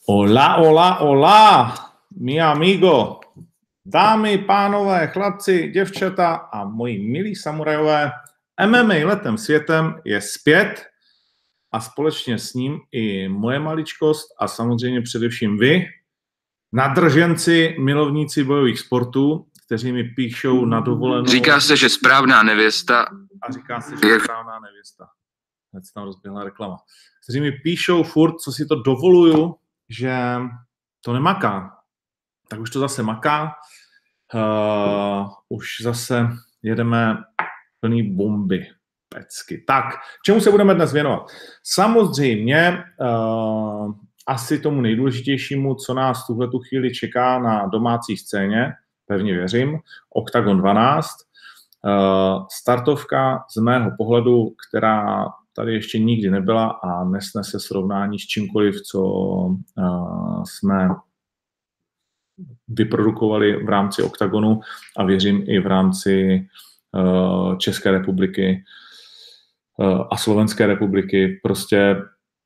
Hola, hola, hola, mi amigo, dámy, pánové, chlapci, děvčata a moji milí samurajové, MMA letem světem je zpět a společně s ním i moje maličkost a samozřejmě především vy, nadrženci, milovníci bojových sportů, kteří mi píšou na dovolenou. Říká se, že správná nevěsta. A říká se, že správná nevěsta. Hned se tam rozběhla reklama. Kteří mi píšou furt, co si to dovoluju, že to nemaká. Tak už to zase maká. Už zase jedeme plný bomby, pecky. Tak, čemu se budeme dnes věnovat? Samozřejmě asi tomu nejdůležitějšímu, co nás v tuhletu chvíli čeká na domácí scéně, pevně věřím, Octagon 12. Startovka z mého pohledu, která tady ještě nikdy nebyla a nesnese srovnání s čímkoliv, co jsme vyprodukovali v rámci Octagonu a věřím i v rámci České republiky a Slovenské republiky. Prostě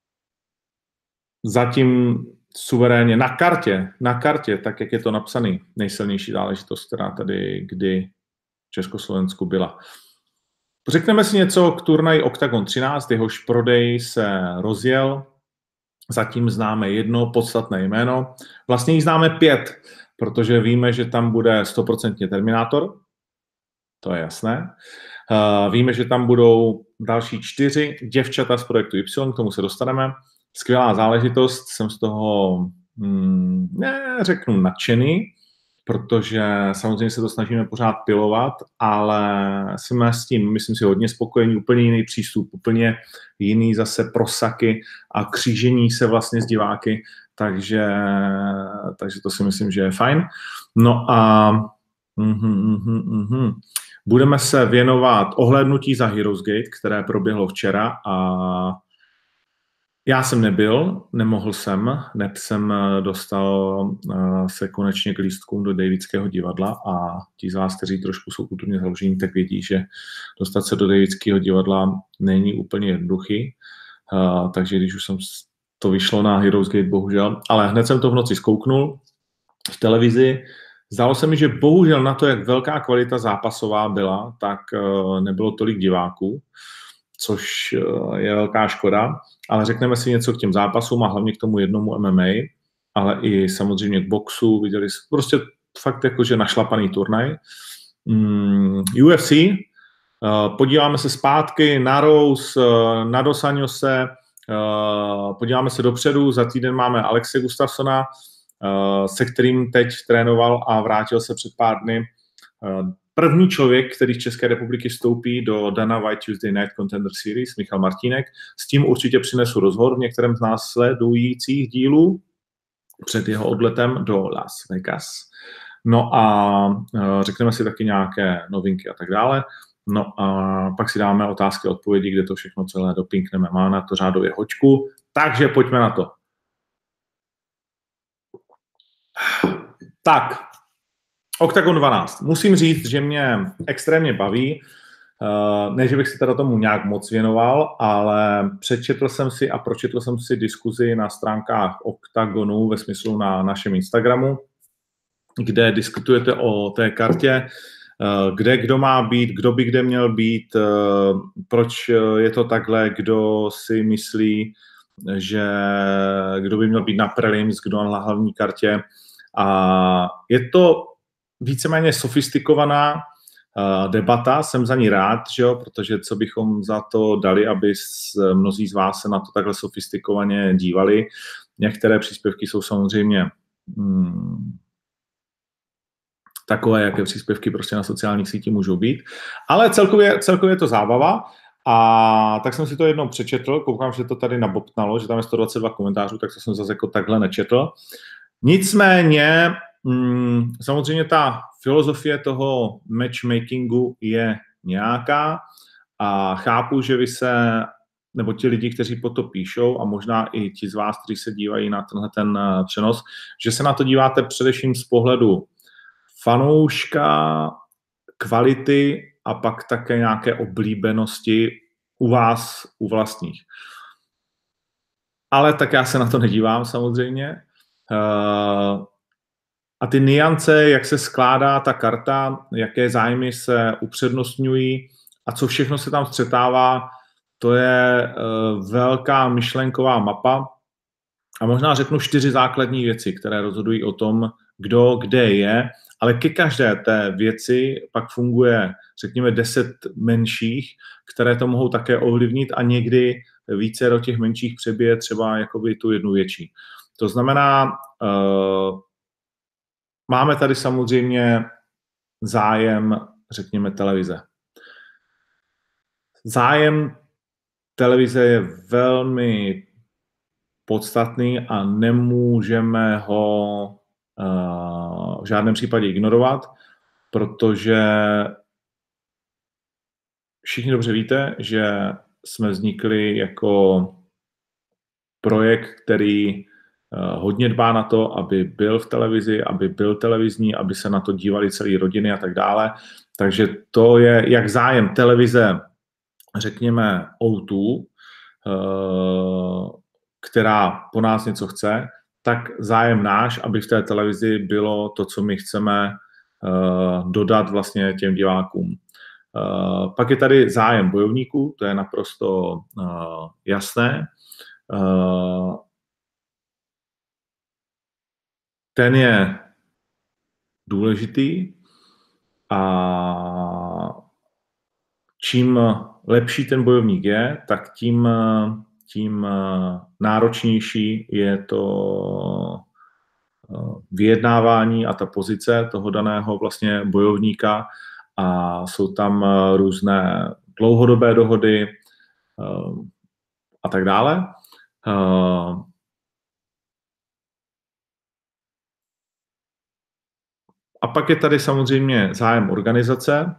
zatím suverénně na kartě, tak jak je to napsaný, nejsilnější záležitost, která tady kdy v Československu byla. Řekneme si něco k turnaji Octagon 13, jehož prodej se rozjel. Zatím známe jedno podstatné jméno. Vlastně jich známe 5, protože víme, že tam bude 100% Terminátor. To je jasné. Víme, že tam budou další 4 děvčata z projektu Y, k tomu se dostaneme. Skvělá záležitost, jsem z toho, řeknu, nadšený, protože samozřejmě se to snažíme pořád pilovat, ale jsme s tím, myslím si, hodně spokojení, úplně jiný přístup, úplně jiný zase prosaky a křížení se vlastně s diváky, takže to si myslím, že je fajn. No a budeme se věnovat ohlédnutí za Heroes Gate, které proběhlo včera a já jsem nemohl jsem, neb jsem dostal se konečně k lístkům do Davidského divadla a ti z vás, kteří trošku jsou kulturně založení, tak vědí, že dostat se do Davidského divadla není úplně jednoduchý, takže když už jsem to vyšlo na Heroes Gate, bohužel, ale hned jsem to v noci zkouknul v televizi. Zdálo se mi, že bohužel na to, jak velká kvalita zápasová byla, tak nebylo tolik diváků, což je velká škoda, ale řekneme si něco k těm zápasům a hlavně k tomu jednomu MMA, ale i samozřejmě k boxu, viděli jsme prostě fakt jakože našlapaný turnaj. UFC, podíváme se zpátky na Rose, na Dos Anjose, podíváme se dopředu, za týden máme Alexe Gustafsona, se kterým teď trénoval a vrátil se před pár dny. První člověk, který z České republiky vstoupí do Dana White Tuesday Night Contender Series, Michal Martínek. S tím určitě přinesu rozhovor v některém z následujících dílů před jeho odletem do Las Vegas. No a řekneme si taky nějaké novinky a tak dále. No a pak si dáme otázky a odpovědi, kde to všechno celé dopinkneme. Má na to řádově hoďku, takže pojďme na to. Tak, Octagon 12. Musím říct, že mě extrémně baví. Ne, že bych se teda tomu nějak moc věnoval, ale přečetl jsem si a pročetl jsem si diskuzi na stránkách Octagonu, ve smyslu na našem Instagramu, kde diskutujete o té kartě, kde kdo má být, kdo by kde měl být, proč je to takhle, kdo si myslí, že kdo by měl být na prelims, kdo na hlavní kartě. A je to víceméně sofistikovaná debata, jsem za ní rád, že jo, protože co bychom za to dali, aby mnozí z vás se na to takhle sofistikovaně dívali. Některé příspěvky jsou samozřejmě takové, jaké příspěvky prostě na sociálních sítích můžou být, ale celkově je to zábava. A tak jsem si to jednou přečetl, koukám, že to tady nabobtnalo, že tam je 122 komentářů, tak to jsem zase jako takhle nečetl. Nicméně, samozřejmě ta filozofie toho matchmakingu je nějaká a chápu, že vy se, nebo ti lidi, kteří po to píšou a možná i ti z vás, kteří se dívají na tenhle ten přenos, že se na to díváte především z pohledu fanouška, kvality a pak také nějaké oblíbenosti u vás, u vlastních. Ale tak já se na to nedívám samozřejmě. A ty nuance, jak se skládá ta karta, jaké zájmy se upřednostňují a co všechno se tam střetává, to je velká myšlenková mapa. A možná řeknu 4 základní věci, které rozhodují o tom, kdo kde je, ale ke každé té věci pak funguje, řekněme, 10 menších, které to mohou také ovlivnit a někdy více do těch menších přebije třeba jakoby tu jednu větší. To znamená, máme tady samozřejmě zájem, řekněme, televize. Zájem televize je velmi podstatný a nemůžeme ho v žádném případě ignorovat, protože všichni dobře víte, že jsme vznikli jako projekt, který hodně dbá na to, aby byl v televizi, aby byl televizní, aby se na to dívali celé rodiny a tak dále. Takže to je jak zájem televize, řekněme O2, která po nás něco chce, tak zájem náš, aby v té televizi bylo to, co my chceme dodat vlastně těm divákům. Pak je tady zájem bojovníků, to je naprosto jasné. Ten je důležitý a čím lepší ten bojovník je, tak tím náročnější je to vyjednávání a ta pozice toho daného vlastně bojovníka a jsou tam různé dlouhodobé dohody a tak dále. A pak je tady samozřejmě zájem organizace,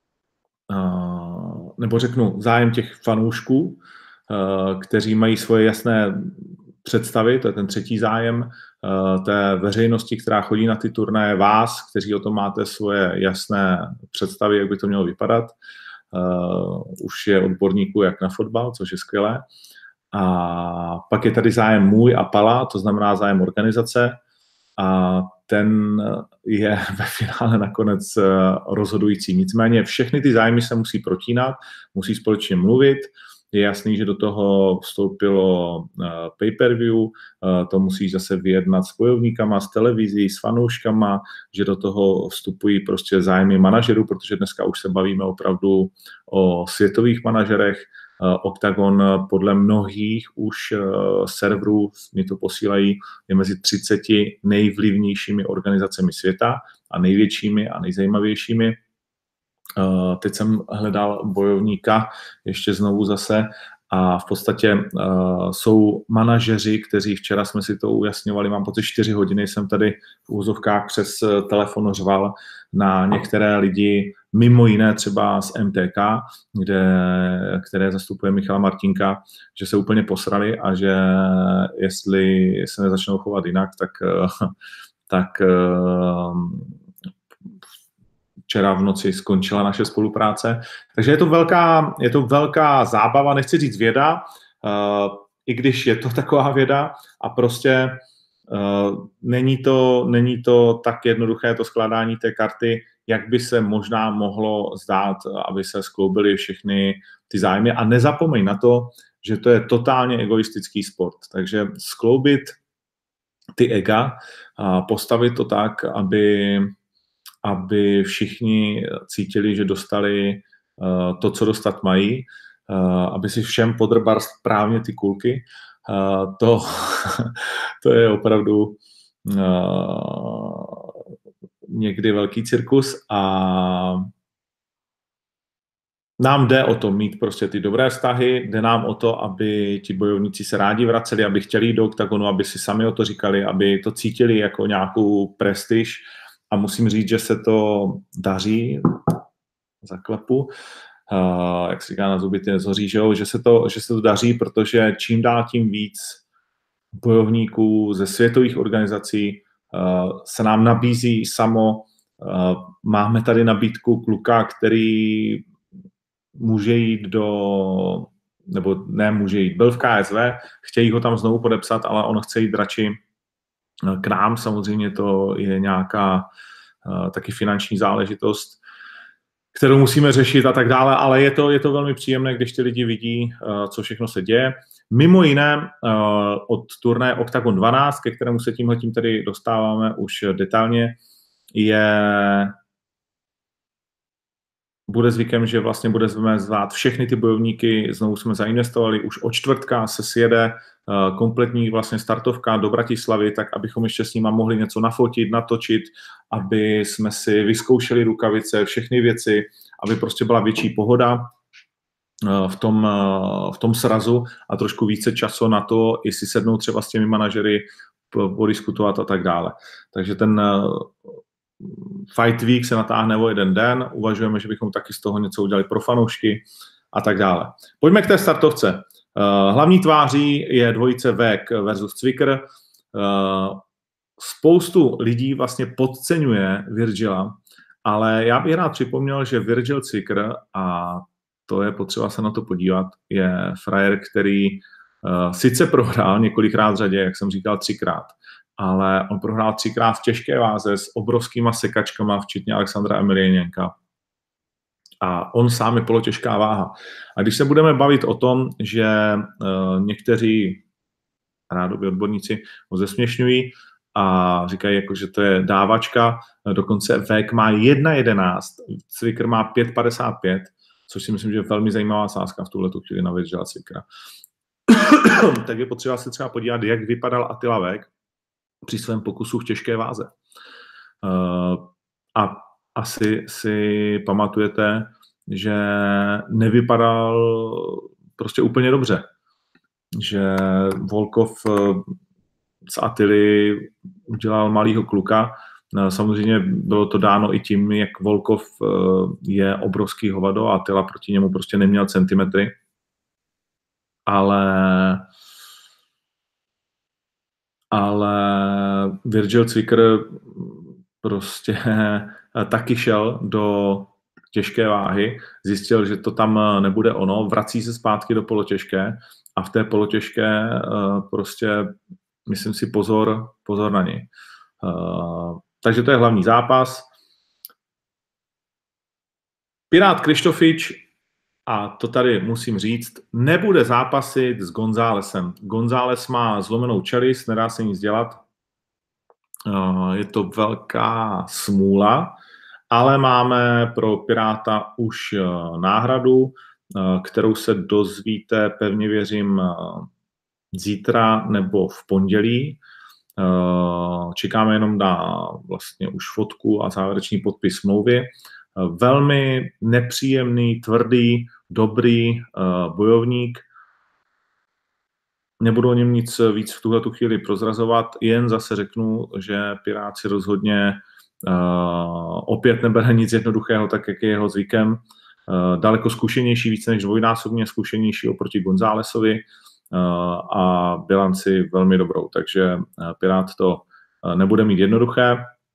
nebo řeknu zájem těch fanoušků, kteří mají svoje jasné představy, to je ten třetí zájem, té veřejnosti, která chodí na ty turnaje, vás, kteří o tom máte svoje jasné představy, jak by to mělo vypadat. Už je odborníků jak na fotbal, což je skvělé. A pak je tady zájem můj a Pala, to znamená zájem organizace, a ten je ve finále nakonec rozhodující. Nicméně všechny ty zájmy se musí protínat, musí společně mluvit. Je jasný, že do toho vstoupilo pay-per-view, to musíš zase vyjednat s bojovníkama, s televizí, s fanouškama, že do toho vstupují prostě zájmy manažerů, protože dneska už se bavíme opravdu o světových manažerech. Octagon podle mnohých už serverů, mi to posílají, je mezi 30 nejvlivnějšími organizacemi světa a největšími a nejzajímavějšími. Teď jsem hledal bojovníka ještě znovu zase a v podstatě jsou manažeři, kteří včera jsme si to ujasňovali, mám pocit 4 hodiny, jsem tady v úzovkách přes telefon řval na některé lidi, mimo jiné třeba z MTK, které zastupuje Michala Martinka, že se úplně posrali a že jestli se nezačnou chovat jinak, tak včera v noci skončila naše spolupráce. Takže je to velká zábava, nechci říct věda, i když je to taková věda a prostě není to tak jednoduché to skládání té karty, jak by se možná mohlo zdát, aby se skloubily všechny ty zájmy. A nezapomeň na to, že to je totálně egoistický sport. Takže skloubit ty ega a postavit to tak, aby všichni cítili, že dostali to, co dostat mají, aby si všem podrbar správně ty kulky, to je opravdu někdy velký cirkus a nám jde o to mít prostě ty dobré vztahy, jde nám o to, aby ti bojovníci se rádi vraceli, aby chtěli jít do oktagonu, aby si sami o to říkali, aby to cítili jako nějakou prestiž. A musím říct, že se to daří, zaklepu, jak se říká na zuby, ty nezhoří, že se to daří, protože čím dál tím víc bojovníků ze světových organizací se nám nabízí samo. Máme tady nabídku kluka, který může jít nebo nemůže jít, byl v KSV, chtějí ho tam znovu podepsat, ale on chce jít radši K nám samozřejmě to je nějaká taky finanční záležitost, kterou musíme řešit a tak dále, ale je to velmi příjemné, když ty lidi vidí, co všechno se děje. Mimo jiné od turné Octagon 12, ke kterému se tímhletím tedy dostáváme už detailně, bude zvykem, že vlastně budeme zvát všechny ty bojovníky, znovu jsme zainvestovali, už od čtvrtka se sjede kompletní vlastně startovka do Bratislavy, tak abychom ještě s nima mohli něco nafotit, natočit, aby jsme si vyzkoušeli rukavice, všechny věci, aby prostě byla větší pohoda v tom srazu a trošku více času na to, i si sednout třeba s těmi manažery, podiskutovat a tak dále. Takže ten Fight Week se natáhne o jeden den, uvažujeme, že bychom taky z toho něco udělali pro fanoušky a tak dále. Pojďme k té startovce. Hlavní tváří je dvojice Vek versus Cvikr. Spoustu lidí vlastně podceňuje Virgila, ale já bych rád připomněl, že Virgil Cvikr, a to je potřeba se na to podívat, je frajer, který sice prohrál několikrát v řadě, jak jsem říkal 3krát, ale on prohrál 3krát v těžké váze s obrovskýma sekačkama, včetně Alexandra Emelianenka. A on sám je polotěžká váha. A když se budeme bavit o tom, že někteří rádoby odborníci ho zesměšňují a říkají, jako, že to je dávačka, dokonce Vek má 1,11, Cvikr má 5,55, což si myslím, že je velmi zajímavá sázka v tuhletu chvíli na Virgila Cvikra. Tak je potřeba se třeba podívat, jak vypadal Attila Vek při svém pokusu v těžké váze. A asi si pamatujete, že nevypadal prostě úplně dobře. Že Volkov z Attily udělal malýho kluka. Samozřejmě bylo to dáno i tím, jak Volkov je obrovský hovado a Attila proti němu prostě neměl centimetry. Ale Virgil Cvikr prostě taky šel do těžké váhy, zjistil, že to tam nebude ono, vrací se zpátky do polotěžké a v té polotěžké prostě, myslím si, pozor na něj. Takže to je hlavní zápas. Pirát Krištofič, a to tady musím říct, nebude zápasit s Gonzálesem. González má zlomenou čelist, nedá se nic dělat. Je to velká smůla, ale máme pro Piráta už náhradu, kterou se dozvíte, pevně věřím, zítra nebo v pondělí. Čekáme jenom na vlastně už fotku a závěrečný podpis smlouvy. Velmi nepříjemný, tvrdý, dobrý bojovník. Nebudu o něm nic víc v tuhletu chvíli prozrazovat, jen zase řeknu, že Piráci rozhodně opět nebere nic jednoduchého, tak jak je jeho zvykem. Daleko zkušenější, více než dvojnásobně zkušenější oproti Gonzálesovi a bilanci velmi dobrou, takže Pirát to nebude mít jednoduché.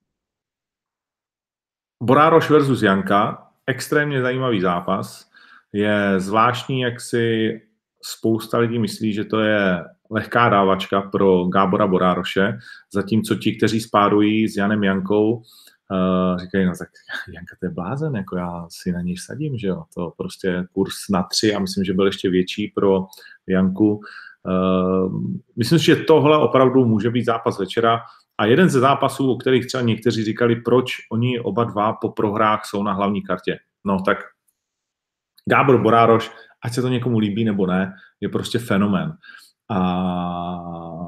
Borároš versus Janka, extrémně zajímavý zápas. Je zvláštní, jak si spousta lidí myslí, že to je lehká dávačka pro Gábora Borároše, zatímco ti, kteří spárují s Janem Jankou, říkají, no tak Janka to je blázen, jako já si na něj sadím, že jo, to prostě kurz na 3 a myslím, že byl ještě větší pro Janku. Myslím si, že tohle opravdu může být zápas večera a jeden ze zápasů, o kterých třeba někteří říkali, proč oni oba dva po prohrách jsou na hlavní kartě. No tak Gábor Borároš, ať se to někomu líbí nebo ne, je prostě fenomén. A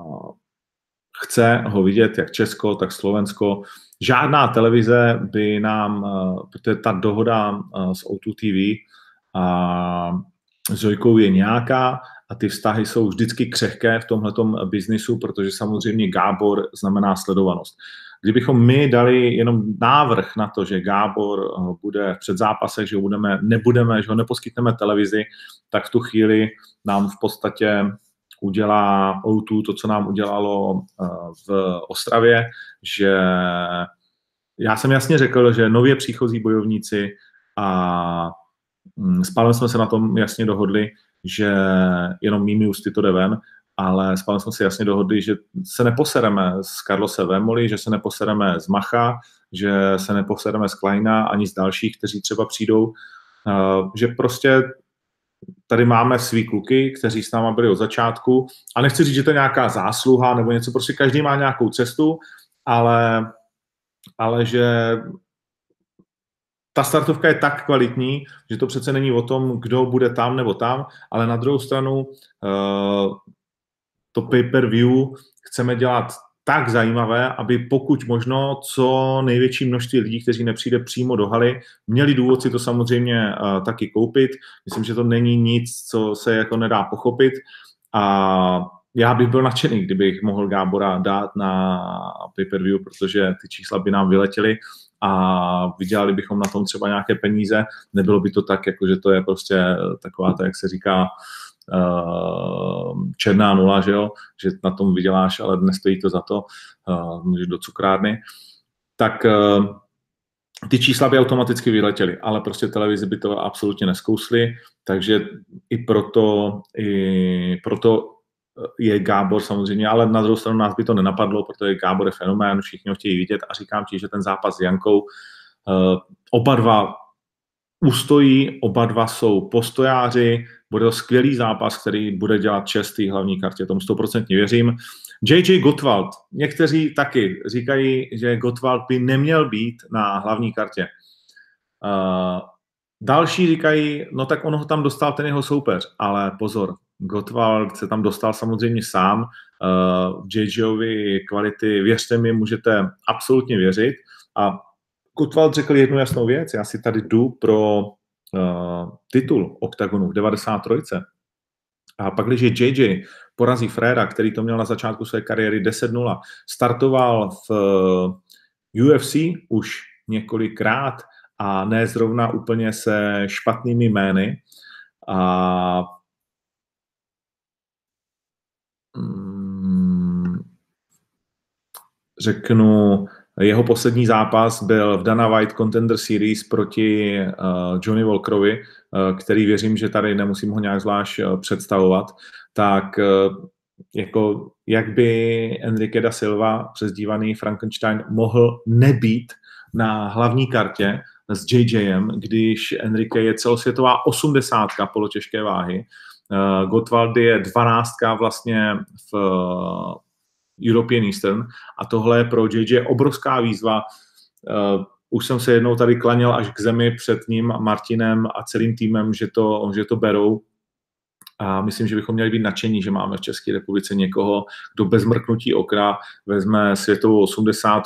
chce ho vidět jak Česko, tak Slovensko. Žádná televize by nám, protože ta dohoda s O2 TV a s Jojkou je nějaká a ty vztahy jsou vždycky křehké v tomhletom biznisu, protože samozřejmě Gábor znamená sledovanost. Kdybychom my dali jenom návrh na to, že Gábor bude v předzápasech, že ho nebudeme, že ho neposkytneme televizi, tak v tu chvíli nám v podstatě udělá O2 to, co nám udělalo v Ostravě, že já jsem jasně řekl, že nově příchozí bojovníci a s Pálem jsme se na tom jasně dohodli, že jenom mými ústy to jde ven ale s Pavlem jsme si jasně dohodli, že se neposereme z Carlose Vémoly, že se neposereme z Macha, že se neposereme z Kleina ani z dalších, kteří třeba přijdou, že prostě tady máme svý kluky, kteří s náma byli od začátku a nechci říct, že to je nějaká zásluha nebo něco, prostě každý má nějakou cestu, ale že ta startovka je tak kvalitní, že to přece není o tom, kdo bude tam nebo tam, ale na druhou stranu to pay-per-view chceme dělat tak zajímavé, aby pokud možno co největší množství lidí, kteří nepřijde přímo do haly, měli důvod si to samozřejmě taky koupit. Myslím, že to není nic, co se jako nedá pochopit a já bych byl nadšený, kdybych mohl Gábora dát na pay-per-view, protože ty čísla by nám vyletěly a vydělali bychom na tom třeba nějaké peníze. Nebylo by to tak, jako že to je prostě taková, jak se říká, černá nula, že jo? Že na tom vyděláš, ale nestojí to za to, můžeš do cukrárny. Tak ty čísla by automaticky vyletěly, ale prostě televizi by to absolutně neskously, takže i proto je Gábor samozřejmě, ale na druhou stranu nás by to nenapadlo, protože Gábor je fenomén, všichni ho chtějí vidět a říkám ti, že ten zápas s Jankou, oba dva ustojí, oba dva jsou postojáři, bude to skvělý zápas, který bude dělat čest té hlavní kartě, tomu 100% věřím. JJ Gottwald, někteří taky říkají, že Gottwald by neměl být na hlavní kartě. Další říkají, no tak on ho tam dostal ten jeho soupeř, ale pozor, Gottwald se tam dostal samozřejmě sám, JJovi kvality, věřte mi, můžete absolutně věřit a Gottwald řekl jednu jasnou věc, já si tady jdu pro titul OKTAGONu v 93. A pak, když JJ porazí Frera, který to měl na začátku své kariéry 10-0, startoval v UFC už několikrát a ne zrovna úplně se špatnými jmény. A řeknu, jeho poslední zápas byl v Dana White Contender Series proti Johnny Walkerovi, který věřím, že tady nemusím ho nějak zvlášť představovat. Tak jako jak by Enrique da Silva, přezdívaný Frankenstein, mohl nebýt na hlavní kartě s JJem, když Enrique je celosvětová 80 polotěžké váhy. Gottwald je 12 vlastně v European Eastern a tohle je pro JJ obrovská výzva. Už jsem se jednou tady klaněl až k zemi před ním, Martinem a celým týmem, že to berou. A myslím, že bychom měli být nadšení, že máme v České republice někoho, kdo bez mrknutí oka vezme světovou 80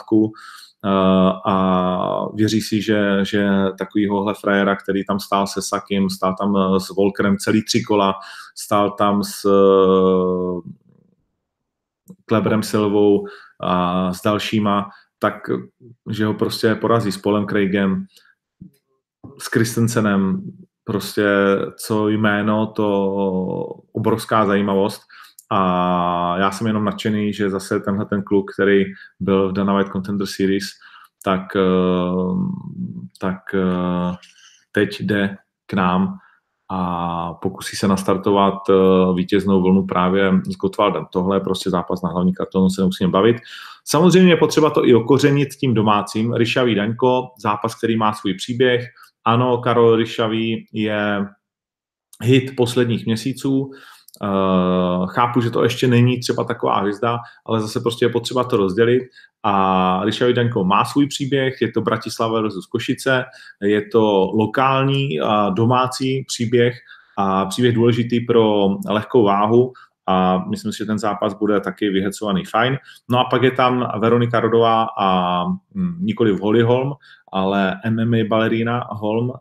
a věří si, že takovýhohle frajera, který tam stál se Sakim, stál tam s Volkerem celý 3 kola, stál tam s Kleberem Silvou a s dalšíma, tak že ho prostě porazí s Paulem Craigem, s Christensenem, prostě co jméno, to obrovská zajímavost a já jsem jenom nadšený, že zase tenhle ten kluk, který byl v Dana White Contender Series, tak teď jde k nám a pokusí se nastartovat vítěznou vlnu právě s Gottwaldem. Tohle je prostě zápas na hlavní kartonu, se nemusíme bavit. Samozřejmě je potřeba to i okořenit tím domácím. Ryšavý Daňko, zápas, který má svůj příběh. Ano, Karol Ryšavý je hit posledních měsíců. Chápu, že to ještě není třeba taková hvězda, ale zase prostě je potřeba to rozdělit a Ryšavý Daňko má svůj příběh, je to Bratislava versus Košice, je to lokální a domácí příběh a příběh důležitý pro lehkou váhu a myslím si, že ten zápas bude taky vyhecovaný fajn. No a pak je tam Veronika Rodová a nikoliv Holly Holm, ale MMA balerína Holm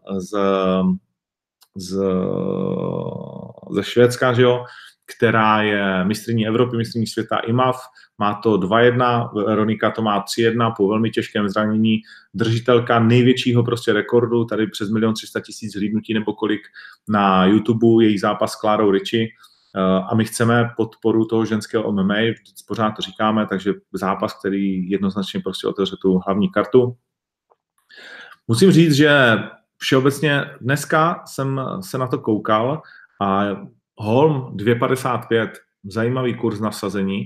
ze Švédska, že jo, která je mistryní Evropy, mistryní světa IMAF, má to 2-1, Veronika to má 3-1 po velmi těžkém zranění, držitelka největšího prostě rekordu, tady přes 1 300 000 zhlídnutí nebo kolik na YouTube, její zápas s Klárou Ritchie a my chceme podporu toho ženského MMA, pořád to říkáme, takže zápas, který jednoznačně prostě otevře tu hlavní kartu. Musím říct, že všeobecně dneska jsem se na to koukal a Holm 2,55, zajímavý kurz nasazení.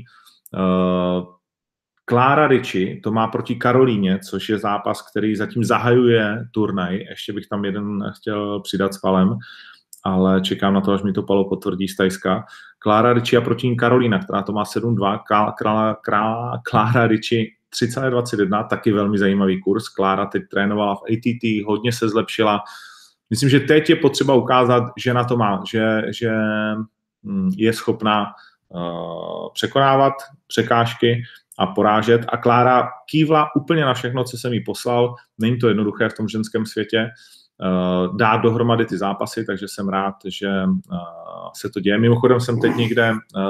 Clara Ricci to má proti Karolíně, což je zápas, který zatím zahajuje turnaj. Ještě bych tam jeden chtěl přidat s Palem, ale čekám na to, až mi to Palo potvrdí z Tajska. Clara Ricci a proti ní Karolína, která to má 7-2. Clara Ricci 3,21, taky velmi zajímavý kurz. Clara teď trénovala v ATT, hodně se zlepšila. Myslím, že teď je potřeba ukázat, že na to má, že je schopná překonávat překážky a porážet. A Klára kývla úplně na všechno, co jsem jí poslal. Není to jednoduché v tom ženském světě dát dohromady ty zápasy, takže jsem rád, že se to děje. Mimochodem jsem teď někde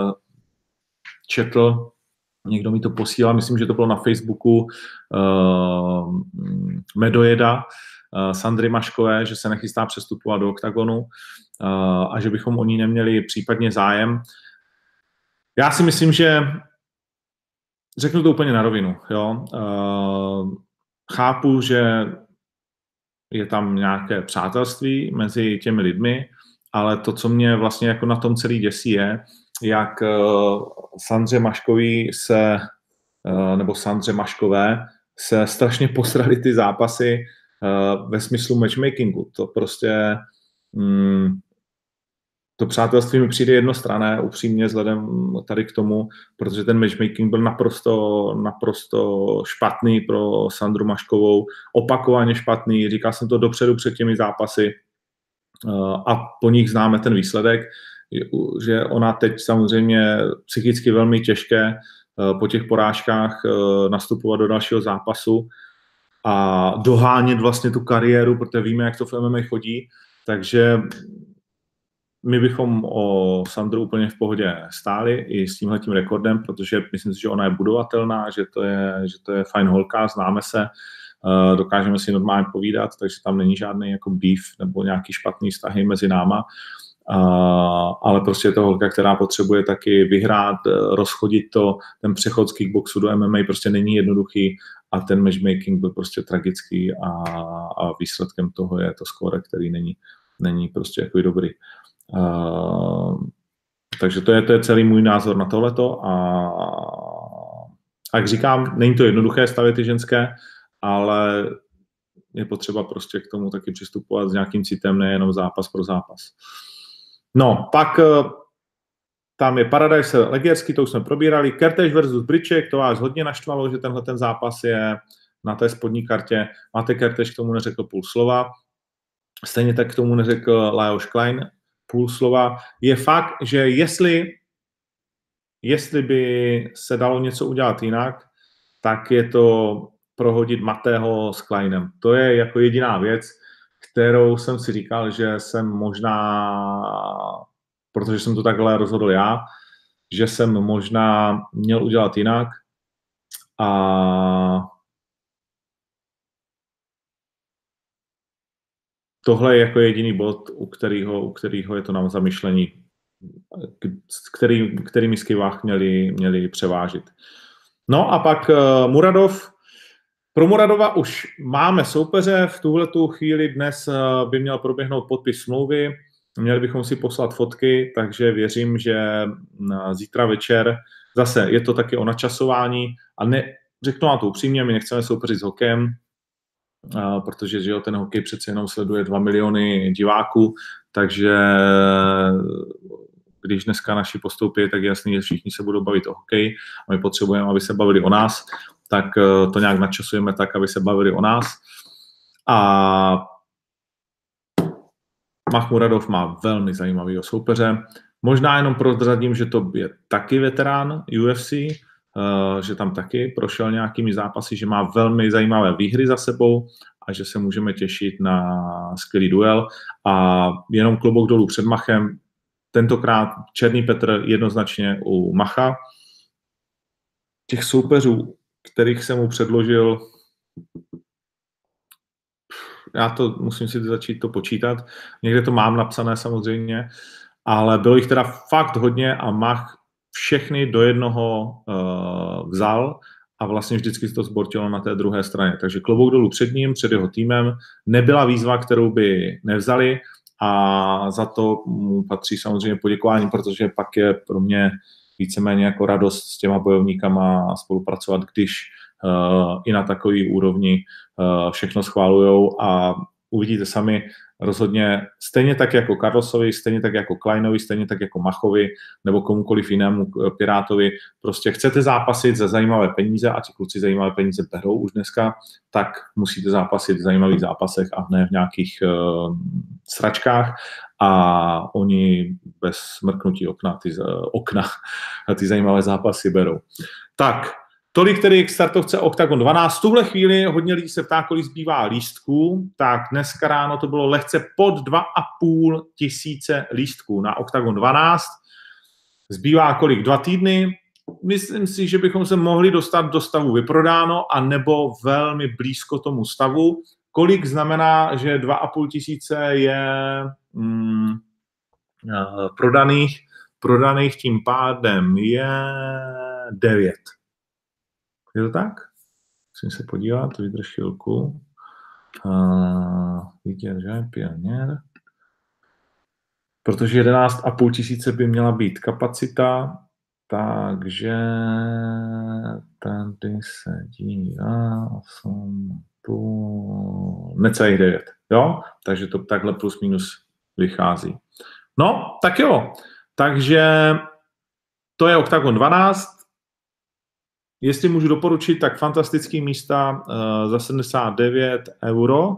četl, někdo mi to posílal, myslím, že to bylo na Facebooku Medojeda, Sandry Maškové, že se nechystá přestupovat do oktagonu a že bychom o ní neměli případně zájem. Já si myslím, že řeknu to úplně na rovinu. Jo? Chápu, že je tam nějaké přátelství mezi těmi lidmi, ale to, co mě vlastně jako na tom celý děsí, je, jak Sandře Maškový nebo Sandře Maškové se strašně posrali ty zápasy ve smyslu matchmakingu. To prostě to přátelství mi přijde jednostranné, upřímně vzhledem tady k tomu, protože ten matchmaking byl naprosto špatný pro Sandru Maškovou, opakovaně špatný, říkal jsem to dopředu před těmi zápasy a po nich známe ten výsledek, že ona teď samozřejmě psychicky velmi těžké po těch porážkách nastupovat do dalšího zápasu a dohánět vlastně tu kariéru, protože víme, jak to v MMA chodí, takže my bychom o Sandru úplně v pohodě stáli i s tímhletím rekordem, protože myslím si, že ona je budovatelná, že to je fajn holka, známe se, dokážeme si normálně povídat, takže tam není žádný jako beef nebo nějaký špatný vztahy mezi náma, ale prostě je to holka, která potřebuje taky vyhrát, rozchodit to, ten přechod z kickboxu do MMA prostě není jednoduchý a ten matchmaking byl prostě tragický a výsledkem toho je to skóre, který není prostě jako dobrý. Takže to je celý můj názor na tohleto a jak říkám, není to jednoduché stavět ty ženské, ale je potřeba prostě k tomu taky přistupovat s nějakým citem, nejenom zápas pro zápas. No, pak tam je Paradise Legersky, to už jsme probírali, Kertéž versus Bryček, to vás hodně naštvalo, že tenhle ten zápas je na té spodní kartě. Máte Kertéž k tomu neřekl půl slova, stejně tak k tomu neřekl Lajos Klein půl slova. Je fakt, že jestli by se dalo něco udělat jinak, tak je to prohodit Matého s Kleinem. To je jako jediná věc, kterou jsem si říkal, že jsem možná, protože jsem to takhle rozhodl já, že jsem možná měl udělat jinak a tohle je jako jediný bod, u kterého je to na zamyšlení, který misky váh měli převážit. No a pak Muradov. Pro Muradova už máme soupeře, v tuhletu chvíli dnes by měl proběhnout podpis smlouvy, měli bychom si poslat fotky, takže věřím, že zítra večer, zase je to taky o načasování a řeknu vám to upřímně, my nechceme soupeřit s hokejem, protože že ten hokej přece jenom sleduje 2 miliony diváků, takže když dneska naši postoupí, tak je jasný, že všichni se budou bavit o hokeji a my potřebujeme, aby se bavili o nás, tak to nějak načasujeme tak, aby se bavili o nás. A Mahmuradov má velmi zajímavého soupeře. Možná jenom prozradím, že to je taky veterán UFC, že tam taky prošel nějakými zápasy, že má velmi zajímavé výhry za sebou a že se můžeme těšit na skvělý duel. A jenom klobouk dolů před Machem, tentokrát Černý Petr jednoznačně u Macha. Těch soupeřů, kterých jsem mu předložil, já to musím si začít to počítat, někde to mám napsané samozřejmě, ale bylo jich teda fakt hodně a Mach všechny do jednoho vzal a vlastně vždycky to zbortilo na té druhé straně. Takže klobouk dolů před ním, před jeho týmem, nebyla výzva, kterou by nevzali. a za to mu patří samozřejmě poděkování, protože pak je pro mě víceméně jako radost s těma bojovníkama spolupracovat, když i na takový úrovni všechno schválujou a uvidíte sami, rozhodně stejně tak jako Carlosovi, stejně tak jako Kleinovi, stejně tak jako Machovi nebo komukoliv jinému Pirátovi. Prostě chcete zápasit za zajímavé peníze a ti kluci zajímavé peníze berou už dneska, tak musíte zápasit v zajímavých zápasech a ne v nějakých sračkách a oni bez smrknutí okna ty zajímavé zápasy berou. Tak, tolik tedy k startovce Octagon 12. V tuhle chvíli hodně lidí se ptá, kolik zbývá lístků. Tak dneska ráno to bylo lehce pod 2,5 tisíce lístků na Octagon 12. Zbývá kolik? 2 týdny. Myslím si, že bychom se mohli dostat do stavu vyprodáno a nebo velmi blízko tomu stavu. Kolik znamená, že 2,5 tisíce je prodaných, tím pádem je 9. Je to tak? Musím se podívat, vydrž chvilku. Vidět, že? Pioněr. Protože 11,5 tisíce by měla být kapacita, takže tady se dívá 8,5, necelých 9, jo? Takže to takhle plus minus vychází. No, tak jo. Takže to je Octagon 12. Jestli můžu doporučit, tak fantastický místa za 79 euro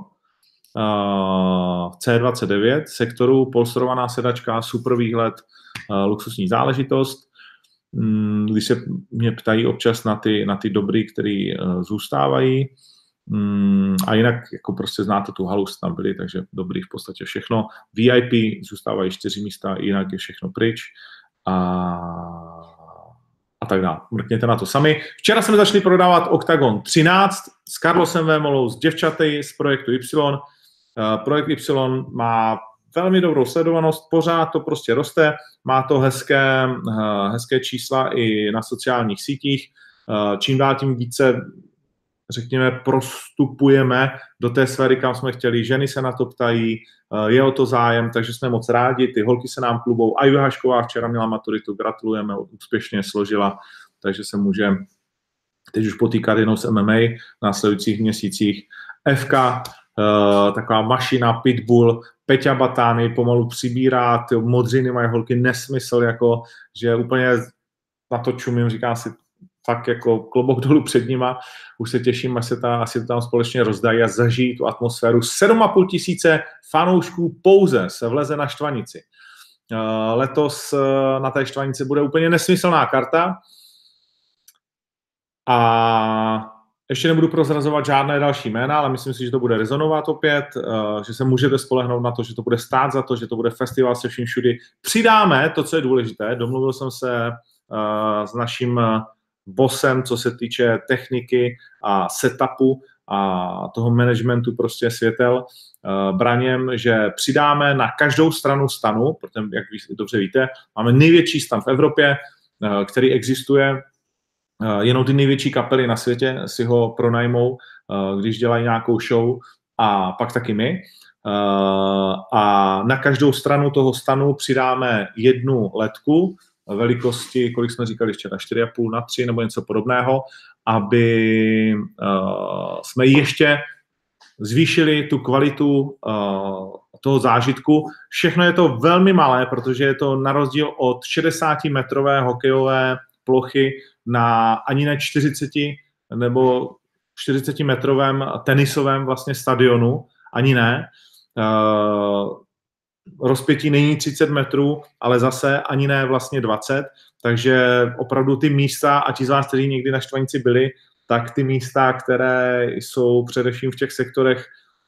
v C29 sektoru, polstrovaná sedačka, super výhled, luxusní záležitost. Když se mě ptají občas na ty dobrý, který zůstávají, a jinak jako prostě znáte tu halu, tam byli, takže dobrý v podstatě všechno. VIP zůstávají 4 místa, jinak je všechno pryč a tak dále. Mrkněte na to sami. Včera jsme začali prodávat Octagon 13 s Carlosem Vémolou, s děvčaty z projektu Y. Projekt Y má velmi dobrou sledovanost, pořád to prostě roste, má to hezké čísla i na sociálních sítích. Čím dál tím více, řekněme, prostupujeme do té sféry, kam jsme chtěli. Ženy se na to ptají, je o to zájem, takže jsme moc rádi. Ty holky se nám klubou. A Iva Hašková včera měla maturitu, gratulujeme, úspěšně složila, takže se může teď už potýkat jenom s MMA v následujících měsících. FK, taková mašina, pitbull, Peťa Batány pomalu přibírá, ty modřiny mají holky nesmysl, jako, že úplně na to čumím, říká si fakt jako klobouk dolů před nima. Už se těším, až se to tam společně rozdají a zažijí tu atmosféru. 7,5 tisíce fanoušků pouze se vleze na Štvanici. Letos na té Štvanici bude úplně nesmyslná karta. A ještě nebudu prozrazovat žádné další jména, ale myslím si, že to bude rezonovat opět, že se můžete spolehnout na to, že to bude stát za to, že to bude festival se vším všudy. Přidáme to, co je důležité. Domluvil jsem se s naším bossem, co se týče techniky a setupu a toho managementu prostě světel, Braněm, že přidáme na každou stranu stanu, protože, jak dobře víte, máme největší stan v Evropě, který existuje. Jenom ty největší kapely na světě si ho pronajmou, když dělají nějakou show, a pak taky my. A na každou stranu toho stanu přidáme jednu ledku velikosti, kolik jsme říkali včera, 4,5x3 nebo něco podobného, aby jsme ještě zvýšili tu kvalitu toho zážitku. Všechno je to velmi malé, protože je to na rozdíl od 60-metrové hokejové plochy na ani ne 40 nebo 40-metrovém tenisovém vlastně stadionu, ani ne. Rozpětí není 30 metrů, ale zase ani ne vlastně 20, takže opravdu ty místa, a ti z vás, kteří někdy na Štvanici byli, tak ty místa, které jsou především v těch sektorech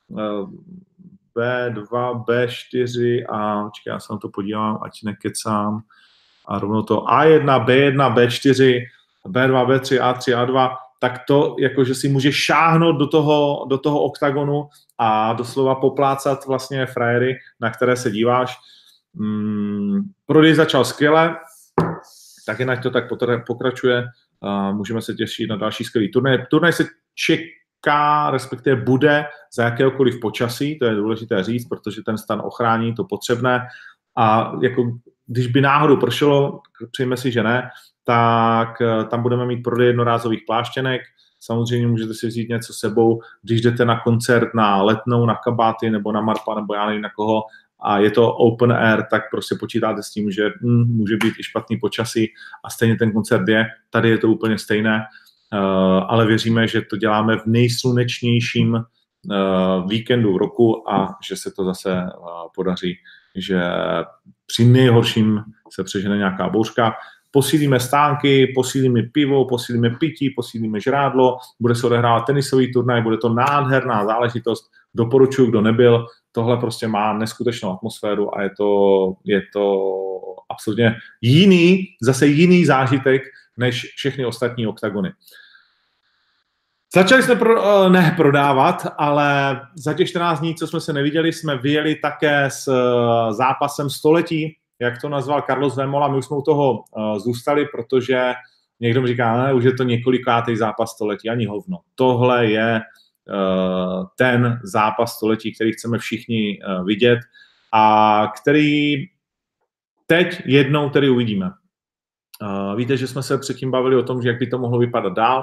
B2, B4 a počkej, já se na to podívám, ať nekecám, a rovno to A1, B1, B4, B2, B3, A3, A2, tak to jakože si může šáhnout do toho oktagonu a doslova poplácat vlastně frajery, na které se díváš. Prodej začal skvěle, tak jinak to tak pokračuje. Můžeme se těšit na další skvělý turnaj. Turnaj se respektive bude za jakéhokoliv počasí, to je důležité říct, protože ten stan ochrání to potřebné a jako když by náhodou pršelo, přejme si, že ne, tak tam budeme mít prodej jednorázových pláštěnek, samozřejmě můžete si vzít něco sebou, když jdete na koncert na Letnou, na Kabáty nebo na Marpa nebo já nevím na koho a je to open air, tak prostě počítáte s tím, že může být i špatný počasí a stejně ten koncert je, tady je to úplně stejné, ale věříme, že to děláme v nejslunečnějším víkendu roku a že se to zase podaří, že při nejhorším se přežene nějaká bouřka. Posílíme stánky, posílíme pivo, posílíme pití, posílíme žrádlo, bude se odehrávat tenisový turnaj, bude to nádherná záležitost, doporučuji, kdo nebyl, tohle prostě má neskutečnou atmosféru a je to absolutně zase jiný zážitek, než všechny ostatní oktagony. Začali jsme prodávat, ale za těch 14 dní, co jsme se neviděli, jsme vyjeli také s zápasem století, jak to nazval Carlos Vémola. My už jsme u toho zůstali, protože někdo mi říká, ne, už je to několikátý zápas století, ani hovno. Tohle je ten zápas století, který chceme všichni vidět a který teď jednou tedy uvidíme. Víte, že jsme se předtím bavili o tom, že jak by to mohlo vypadat dál.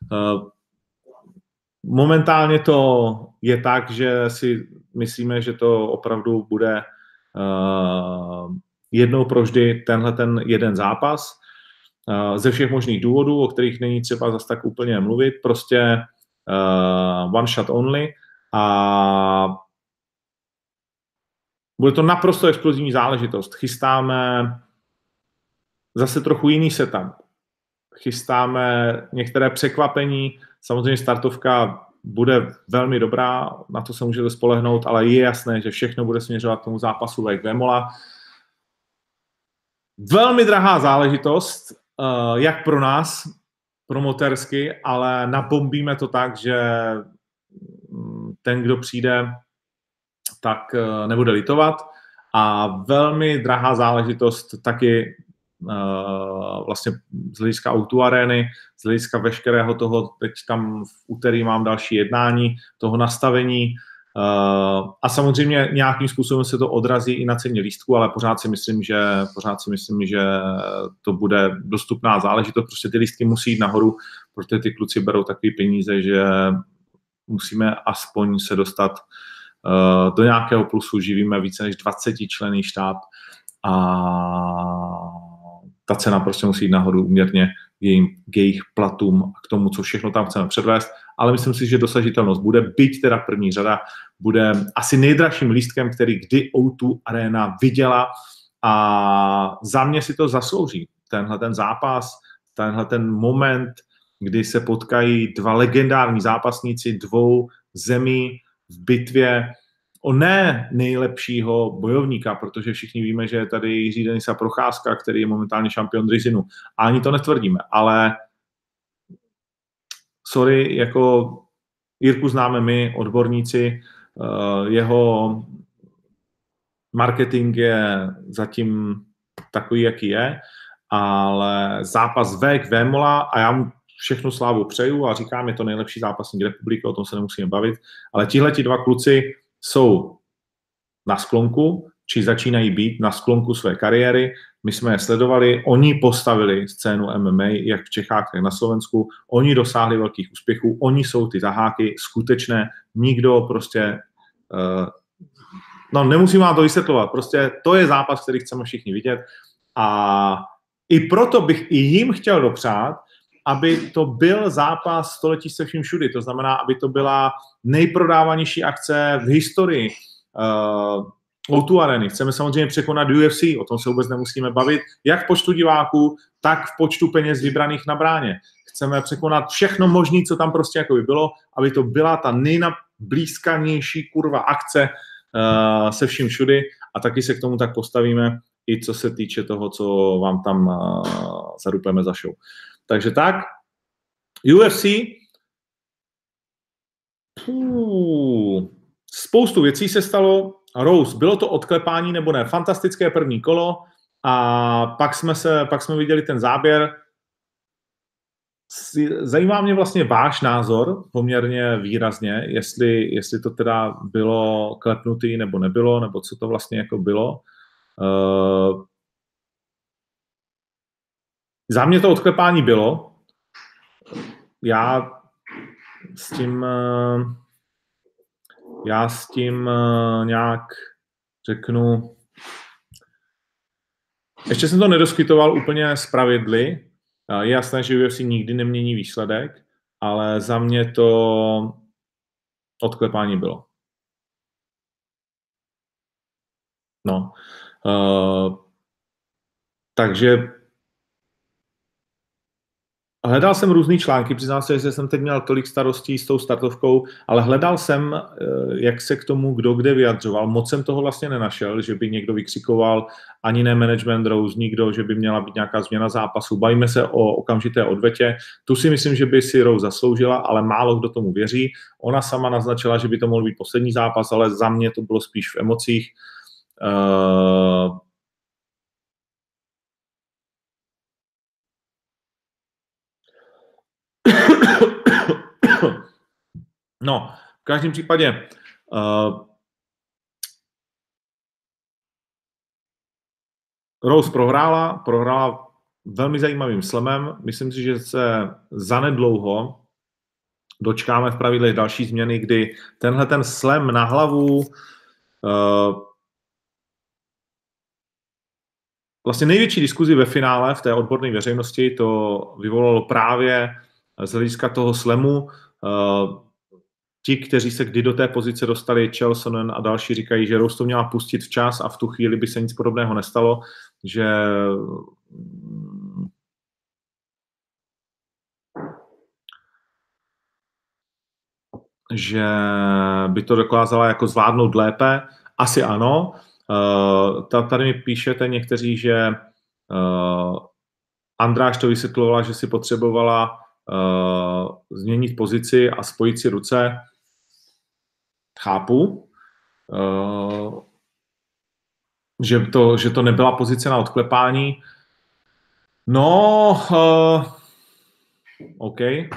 Momentálně to je tak, že si myslíme, že to opravdu bude jednou provždy tenhle ten jeden zápas ze všech možných důvodů, o kterých není třeba zase tak úplně mluvit, prostě one shot only a bude to naprosto explozivní záležitost. Chystáme zase trochu jiný setup. Chystáme některé překvapení, samozřejmě startovka bude velmi dobrá, na to se můžete spolehnout, ale je jasné, že všechno bude směřovat k tomu zápasu Wake Vémola. Velmi drahá záležitost, jak pro nás, promotersky, ale nabombíme to tak, že ten, kdo přijde, tak nebude litovat. A velmi drahá záležitost taky vlastně z hlediska O2 Areny, z hlediska veškerého toho, teď tam v úterý mám další jednání, toho nastavení a samozřejmě nějakým způsobem se to odrazí i na ceně lístku, ale pořád si myslím, že to bude dostupná záležitost, prostě ty lístky musí jít nahoru, protože ty kluci berou takové peníze, že musíme aspoň se dostat do nějakého plusu, živíme více než 20členný štáb a ta cena prostě musí jít nahoru úměrně k jejich platům a k tomu, co všechno tam chceme předvést, ale myslím si, že dosažitelnost bude, byť teda první řada, bude asi nejdražším lístkem, který kdy O2 Arena viděla a za mě si to zaslouží. Tenhle ten zápas, tenhle ten moment, kdy se potkají dva legendární zápasníci dvou zemí v bitvě o ne nejlepšího bojovníka, protože všichni víme, že je tady Jiří Denisa Procházka, který je momentálně šampion Drizinu. A ani to netvrdíme, ale sorry, jako Jirku známe my, odborníci, jeho marketing je zatím takový, jaký je, ale zápas Vek Vémola, a já mu všechnu slávu přeju a říkám, je to nejlepší zápasník republiky, o tom se nemusíme bavit, ale tihleti dva kluci jsou na sklonku, či začínají být na sklonku své kariéry. My jsme je sledovali, oni postavili scénu MMA, jak v Čechách, tak na Slovensku, oni dosáhli velkých úspěchů, oni jsou ty taháky skutečné, nikdo prostě, no nemusím vám to vysvětlovat, prostě to je zápas, který chceme všichni vidět a i proto bych i jim chtěl dopřát, aby to byl zápas století se vším všudy. To znamená, aby to byla nejprodávanější akce v historii O2 Areny. Chceme samozřejmě překonat UFC, o tom se vůbec nemusíme bavit, jak v počtu diváků, tak v počtu peněz vybraných na bráně. Chceme překonat všechno možné, co tam prostě jako by bylo, aby to byla ta nejnablízkanější kurva akce se vším všudy a taky se k tomu tak postavíme, i co se týče toho, co vám tam zarupeme za show. Takže tak, UFC, spoustu věcí se stalo, Rose, bylo to odklepání nebo ne, fantastické první kolo a pak jsme viděli ten záběr, zajímá mě vlastně váš názor poměrně výrazně, jestli to teda bylo klepnutý nebo nebylo, nebo co to vlastně jako bylo. Za mě to odklepání bylo. Já s tím nějak řeknu, ještě jsem to nedoskytoval úplně z pravidly. Je jasné, že UFC nikdy nemění výsledek, ale za mě to odklepání bylo. No. Takže hledal jsem různý články, přiznám se, že jsem teď měl tolik starostí s tou startovkou, ale hledal jsem, jak se k tomu kdo kde vyjadřoval. Moc jsem toho vlastně nenašel, že by někdo vykřikoval, ani ne management Rose, nikdo, že by měla být nějaká změna zápasu. Bavíme se o okamžité odvetě. Tu si myslím, že by si Rose zasloužila, ale málo kdo tomu věří. Ona sama naznačila, že by to mohl být poslední zápas, ale za mě to bylo spíš v emocích. No, v každém případě Rose prohrála velmi zajímavým slamem. Myslím si, že se zanedlouho dočkáme v pravidlech další změny, kdy tenhle ten slam na hlavu vlastně největší diskuzi ve finále v té odborné veřejnosti to vyvolalo právě z hlediska toho slamu. Ti, kteří se kdy do té pozice dostali, Chelsonen a další, říkají, že Rose to měla pustit včas a v tu chvíli by se nic podobného nestalo, že by to dokázala jako zvládnout lépe. Asi ano. Tady mi píšete někteří, že Andráš to vysvětlovala, že si potřebovala změnit pozici a spojit si ruce. Chápu, že to nebyla pozice na odklepání. No, OK.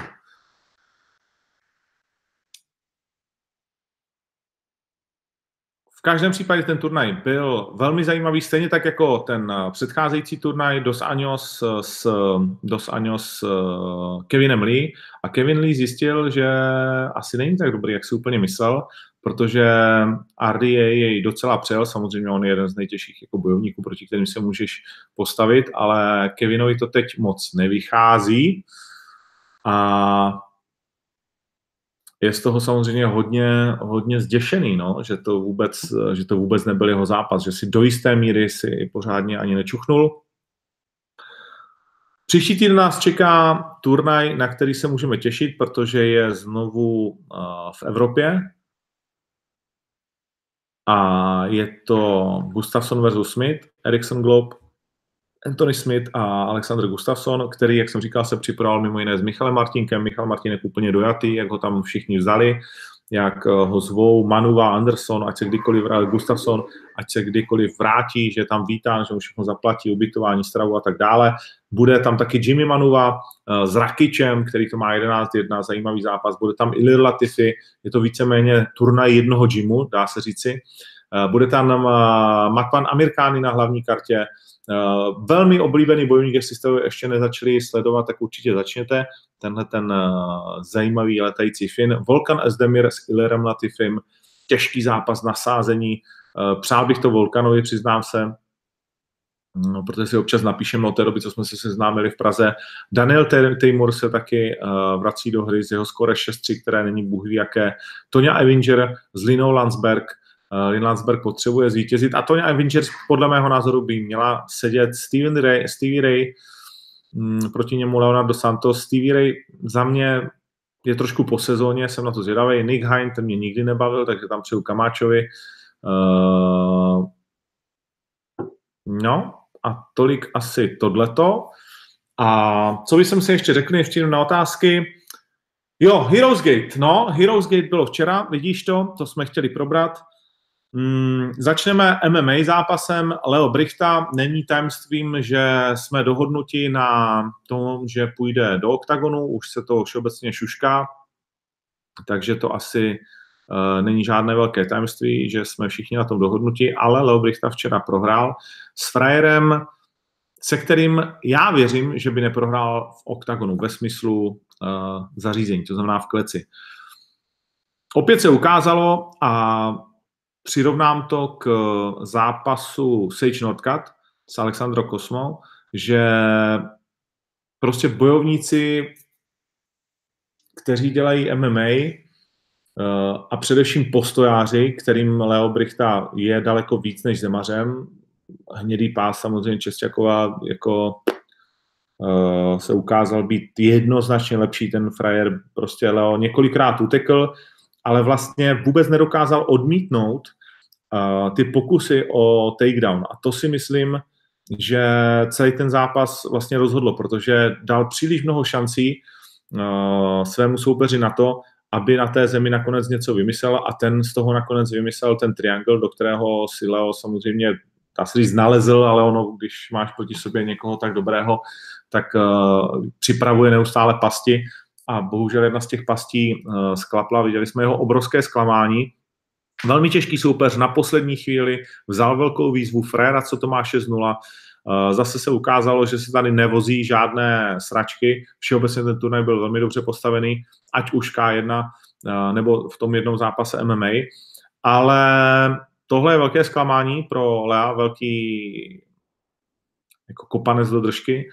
V každém případě ten turnaj byl velmi zajímavý, stejně tak jako ten předcházející turnaj Dos Anjos s Kevinem Lee. A Kevin Lee zjistil, že asi není tak dobrý, jak si úplně myslel, protože RDA jej docela přejel. Samozřejmě on je jeden z nejtěžších jako bojovníků, proti kterým se můžeš postavit, ale Kevinovi to teď moc nevychází. A je z toho samozřejmě hodně zděšený, no, že to vůbec nebyl jeho zápas, že si do jisté míry si pořádně ani nečuchnul. Příští týden nás čeká turnaj, na který se můžeme těšit, protože je znovu v Evropě. A je to Gustafsson versus Smith, Erickson Globe, Anthony Smith a Alexander Gustafsson, který, jak jsem říkal, se připravoval mimo jiné s Michalem Martinkem. Michal Martinek úplně dojatý, jak ho tam všichni vzali, jak ho zvou Manuva, Anderson, ať se kdykoliv Gustafsson, ať se kdykoliv vrátí, že je tam vítán, že mu všechno zaplatí, ubytování, stravu a tak dále. Bude tam taky Jimmy Manuva s Rakičem, který to má 11-1, zajímavý zápas. Bude tam Ilir Latifi, je to víceméně turnaj jednoho gymu, dá se říci. Bude tam Makwan Amirkhani na hlavní kartě. Velmi oblíbený bojovník, jestli jste ho ještě nezačali sledovat, tak určitě začněte. Tenhle ten zajímavý letající Fin. Volkan Özdemir s Ilirem Latifim. Těžký zápas na sázení. Přál bych to Volkanovi, přiznám se, protože si občas napíšeme od té doby, co jsme se seznámili v Praze. Daniel Teymur se taky vrací do hry z jeho skóre 6-3, které není bůh ví jaké. Tonya Evinger s Linou Landsberg. Lin Landsberg potřebuje zvítězit a Tonya Evinger podle mého názoru by měla sedět. Stevie Ray proti němu Leonardo Santos. Stevie Ray za mě je trošku po sezóně, jsem na to zvědavý. Nick Hein, ten mě nikdy nebavil, takže tam přeju Kamáčovi. No a tolik asi tohleto. A co bych se ještě řekl, ještě na otázky. Jo, Heroes Gate. No, Heroes Gate bylo včera, vidíš to jsme chtěli probrat. Začneme MMA zápasem Leo Brichta. Není tajemstvím, že jsme dohodnuti na tom, že půjde do oktagonu, už se to všeobecně šušká, takže to asi není žádné velké tajemství, že jsme všichni na tom dohodnuti, ale Leo Brichta včera prohrál s frajerem, se kterým já věřím, že by neprohrál v oktagonu ve smyslu zařízení, to znamená v kleci. Opět se ukázalo a přirovnám to k zápasu Sage Northcutt s Alexandro Kosmou, že prostě bojovníci, kteří dělají MMA a především postojáři, kterým Leo Brichta je daleko víc než zemařem, hnědý pás samozřejmě Česťakova jako se ukázal být jednoznačně lepší, ten frajer prostě Leo několikrát utekl, ale vlastně vůbec nedokázal odmítnout ty pokusy o takedown. A to si myslím, že celý ten zápas vlastně rozhodlo, protože dal příliš mnoho šancí svému soupeři na to, aby na té zemi nakonec něco vymyslel a ten z toho nakonec vymyslel ten triangle, do kterého si Leo samozřejmě dá se říct nalezl, ale ono, když máš proti sobě někoho tak dobrého, tak připravuje neustále pasti a bohužel jedna z těch pastí sklapla. Viděli jsme jeho obrovské zklamání. Velmi těžký soupeř na poslední chvíli vzal velkou výzvu Frérera, co to má 6-0. Zase se ukázalo, že se tady nevozí žádné sračky. Všeobecně ten turnaj byl velmi dobře postavený, ať už K1 nebo v tom jednom zápase MMA. Ale tohle je velké zklamání pro Lea, velký jako kopanec do držky,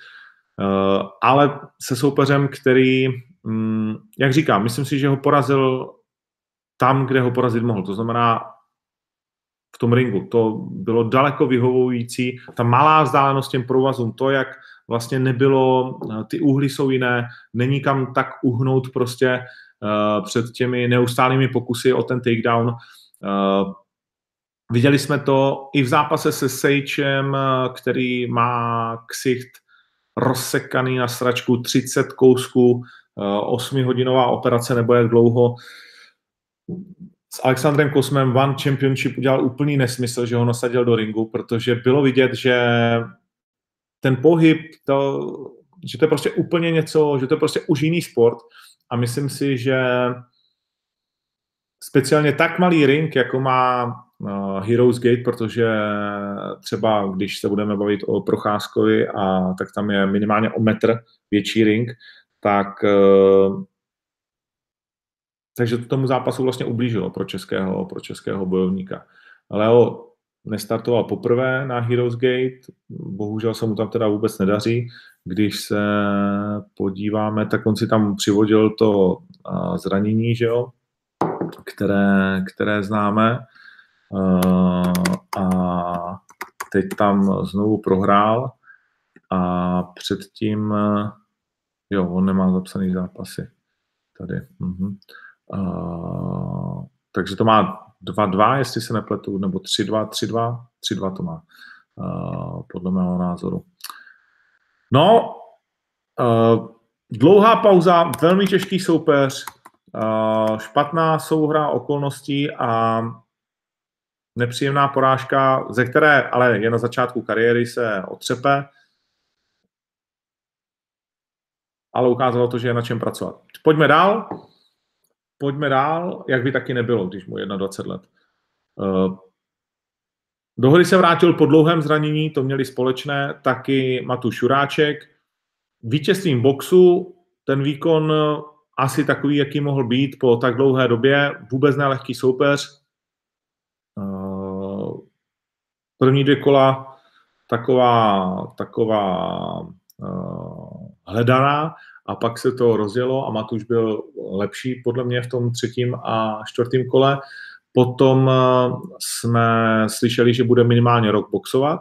ale se soupeřem, který, jak říkám, myslím si, že ho porazil tam, kde ho porazit mohl. To znamená v tom ringu. To bylo daleko vyhovující. Ta malá vzdálenost těm provazům, to, jak vlastně nebylo, ty úhly jsou jiné, není kam tak uhnout prostě před těmi neustálými pokusy o ten takedown. Viděli jsme to i v zápase se Sagem, který má ksicht rozsekaný na sračku, 30 kousků, 8hodinová operace nebo jak dlouho. S Alexandrem Kosmem One Championship udělal úplný nesmysl, že ho nasadil do ringu, protože bylo vidět, že ten pohyb, že to je prostě úplně něco, že to je prostě už jiný sport a myslím si, že speciálně tak malý ring, jako má Heroes Gate, protože třeba když se budeme bavit o Procházkovi, tak tam je minimálně o metr větší ring, takže to tomu zápasu vlastně ublížilo pro českého bojovníka. Leo nestartoval poprvé na Heroes Gate, bohužel se mu tam teda vůbec nedaří. Když se podíváme, tak on si tam přivodil to zranění, že jo, které známe. A teď tam znovu prohrál a předtím, jo, on nemá zapsaný zápasy tady. Takže to má 2-2, jestli se nepletu, nebo 3-2 to má, podle mého názoru. No, dlouhá pauza, velmi těžký soupeř, špatná souhra okolností a nepříjemná porážka, ze které ale je na začátku kariéry se otřepe, ale ukázalo to, že je na čem pracovat. Pojďme dál, jak by taky nebylo, když mu 21 let. Do hry se vrátil po dlouhém zranění, to měli společné, taky Matuš Juráček. Vítězstvím boxu, ten výkon asi takový, jaký mohl být po tak dlouhé době, vůbec nelehký soupeř. První 2 kola taková hledaná a pak se to rozjelo a Matuš byl lepší podle mě v tom 3. a 4. kole. Potom jsme slyšeli, že bude minimálně rok boxovat,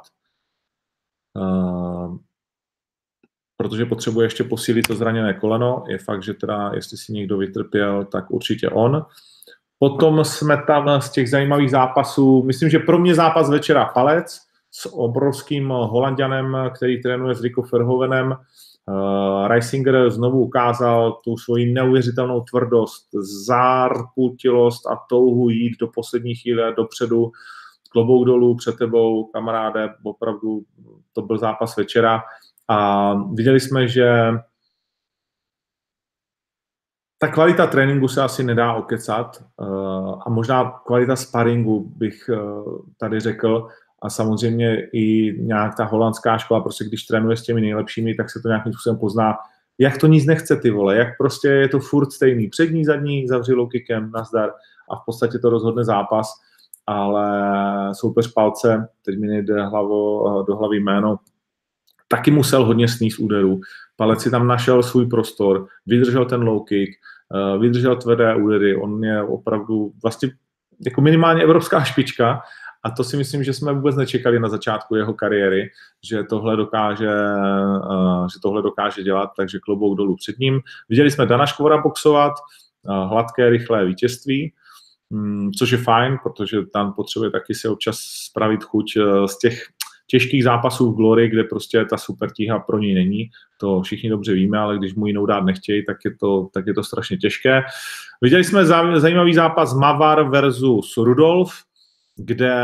protože potřebuje ještě posílit to zraněné koleno. Je fakt, že teda, jestli si někdo vytrpěl, tak určitě on. Potom jsme tam z těch zajímavých zápasů, myslím, že pro mě zápas večera Palec s obrovským Holanďanem, který trénuje s Rico Verhoevenem. Reisinger znovu ukázal tu svoji neuvěřitelnou tvrdost, zárputilost a touhu jít do poslední chvíle dopředu, klobouk dolů před tebou, kamaráde, opravdu to byl zápas večera a viděli jsme, že ta kvalita tréninku se asi nedá okecat a možná kvalita sparingu bych tady řekl a samozřejmě i nějak ta holandská škola, prostě když trénuje s těmi nejlepšími, tak se to nějakým způsobem pozná, jak to nic nechce ty vole, jak prostě je to furt stejný, přední, zadní, zavři low kickem, nazdar a v podstatě to rozhodne zápas, ale soupeř Palce, teď mi nejde do hlavy jméno, taky musel hodně sníst úderů. Palec si tam našel svůj prostor, vydržel ten low kick, vydržel tvrdé údery, on je opravdu vlastně jako minimálně evropská špička a to si myslím, že jsme vůbec nečekali na začátku jeho kariéry, že tohle dokáže dělat, takže klobouk dolů před ním. Viděli jsme Dana Škvora boxovat, hladké, rychlé vítězství, což je fajn, protože tam potřebuje taky si občas spravit chuť z těch těžkých zápasů v Glory, kde prostě ta super tíha pro ní není. To všichni dobře víme, ale když mu jinou dát nechtějí, tak je to strašně těžké. Viděli jsme zajímavý zápas Mavar versus Rudolf, kde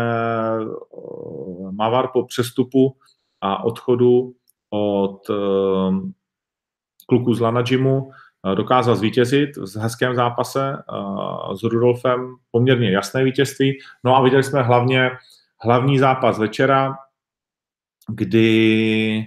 Mavar po přestupu a odchodu od kluků z Lana Gymu dokázal zvítězit v hezkém zápase s Rudolfem, poměrně jasné vítězství. No a viděli jsme hlavní zápas večera, kdy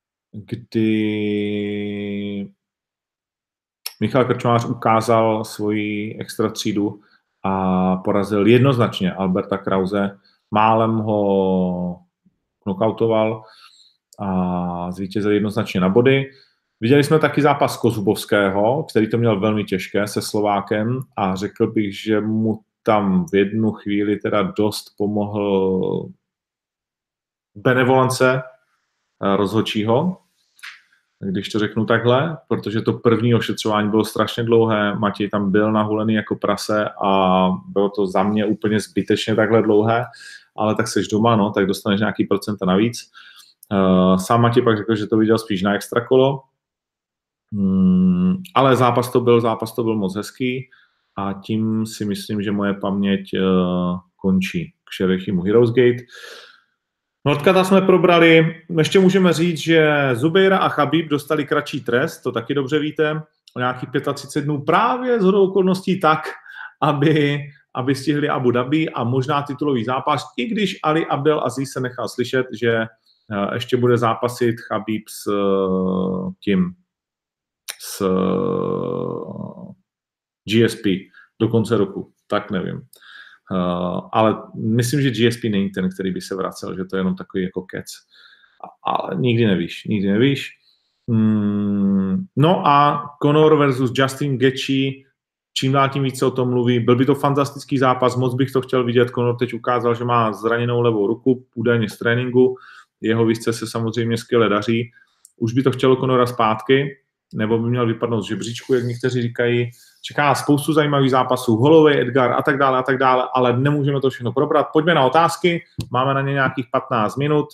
Michal Krčmář ukázal svoji extra třídu a porazil jednoznačně Alberta Krause. Málem ho knockoutoval a zvítězil jednoznačně na body. Viděli jsme taky zápas Kozubovského, který to měl velmi těžké se Slovákem a řekl bych, že mu tam v jednu chvíli teda dost pomohl benevolence rozhodčího, když to řeknu takhle, protože to první ošetřování bylo strašně dlouhé, Matěj tam byl nahulený jako prase a bylo to za mě úplně zbytečně takhle dlouhé, ale tak seš doma, no, tak dostaneš nějaký procenta navíc. Sám Matěj pak řekl, že to viděl spíš na extra kolo, ale zápas to byl moc hezký a tím si myslím, že moje paměť končí k Šerechimu Heroes Gate. Nordkata jsme probrali. Ještě můžeme říct, že Zubeira a Chabib dostali kratší trest, to taky dobře víte, o nějakých 35 dnů právě shodou okolností tak, aby stihli Abu Dhabi a možná titulový zápas, i když Ali Abdel Aziz se nechal slyšet, že ještě bude zápasit Chabib s GSP do konce roku, tak nevím. Ale myslím, že GSP není ten, který by se vracel, že to je jenom takový jako kec. Ale nikdy nevíš. No a Conor versus Justin Gaethje, čím dál tím více o tom mluví. Byl by to fantastický zápas, moc bych to chtěl vidět. Conor teď ukázal, že má zraněnou levou ruku, údajně z tréninku. Jeho výšce se samozřejmě skvěle daří. Už by to chtělo Conora zpátky, nebo by měl vypadnout z žebříčku, jak někteří říkají. Čeká spoustu zajímavých zápasů, Holloway, Edgar a tak dále, ale nemůžeme to všechno probrat. Pojďme na otázky, máme na ně nějakých 15 minut.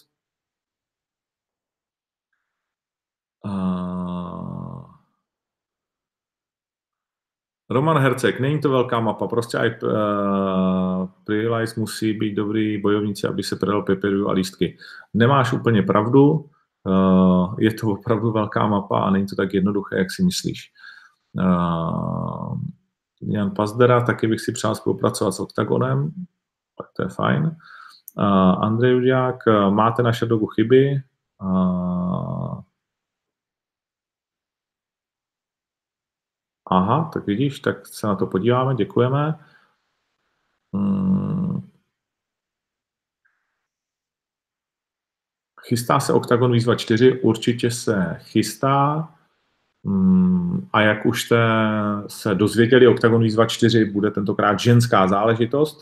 Roman Herceg, není to velká mapa, prostě i Prilice musí být dobrý bojovníci, aby se predal pay-per-view a lístky. Nemáš úplně pravdu, je to opravdu velká mapa a není to tak jednoduché, jak si myslíš. Jan Pazdera, taky bych si přál spolupracovat s Octagonem, tak to je fajn. Andrej Udiák, máte na Shadowu chyby? Aha, tak vidíš, tak se na to podíváme, děkujeme. Chystá se Octagon výzva 4? Určitě se chystá. A jak už jste se dozvěděli, Octagon výzva 4 bude tentokrát ženská záležitost.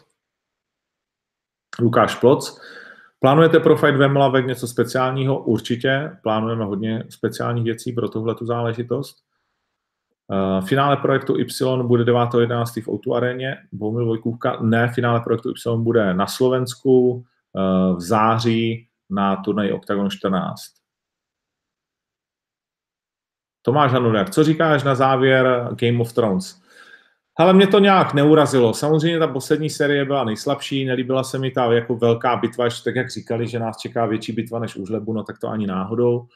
Lukáš Ploc. Plánujete pro Fight Vemlavek něco speciálního? Určitě. Plánujeme hodně speciálních věcí pro tuhletu záležitost. Finále projektu Y bude 9.11. v O2 aréně. Bohumil Vojkůvka. Ne, finále projektu Y bude na Slovensku v září na turnaji Octagon 14. Tomáš Hanuliak, co říkáš na závěr Game of Thrones? Ale mě to nějak neurazilo. Samozřejmě ta poslední série byla nejslabší, nelíbila se mi ta jako velká bitva, tak jak říkali, že nás čeká větší bitva než u Žlebu, no tak to ani náhodou.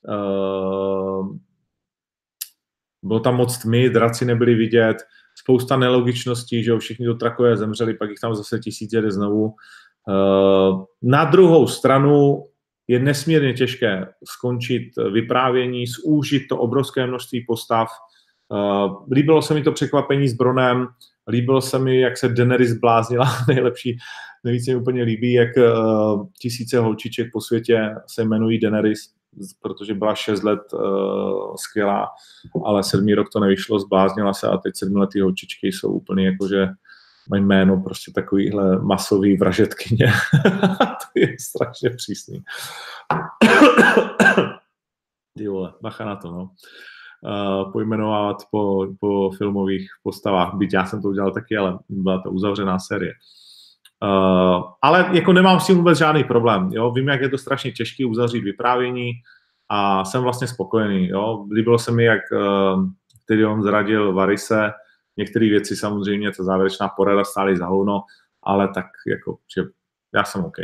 Bylo tam moc tmy, draci nebyli vidět, spousta nelogičností, že jo, všichni dotrakové zemřeli, pak jich tam zase 1000 jede znovu. Na druhou stranu je nesmírně těžké skončit vyprávění, zúžit to obrovské množství postav. Líbilo se mi to překvapení s Bronem, líbilo se mi, jak se Daenerys bláznila, nejvíc mi úplně líbí, jak tisíce holčiček po světě se jmenují Daenerys, protože byla 6 let skvělá, ale 7. rok to nevyšlo, zbláznila se a teď 7letý holčičky jsou úplně jakože mají jméno prostě takovýhle masový vražetkyně. To je strašně přísný. Ty vole, bacha na to, no. Pojmenovat po filmových postavách, byť já jsem to udělal taky, ale byla to uzavřená série. Ale jako nemám s tím vůbec žádný problém. Jo? Vím, jak je to strašně těžké uzavřít vyprávění a jsem vlastně spokojený. Jo? Líbilo se mi, jak Tyrion zradil Varysse. Některé věci samozřejmě, ta závěrečná porada stály za hovno, ale tak jako, že já jsem OK.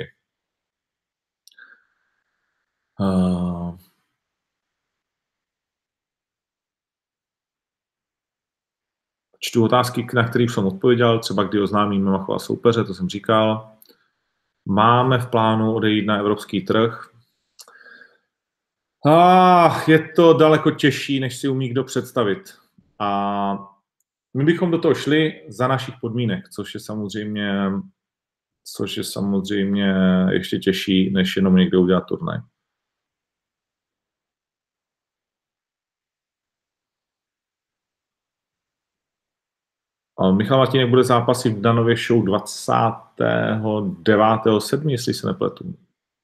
Čtu otázky, na které jsem odpověděl, třeba kdy oznámíme Machova soupeře, to jsem říkal. Máme v plánu odejít na evropský trh. Je to daleko těžší, než si umí kdo představit. A my bychom do toho šli za našich podmínek, což je samozřejmě ještě těžší, než jenom někdo udělat turnaj. Michal Martínek bude zápasit v Danově show 29.7., jestli se nepletu.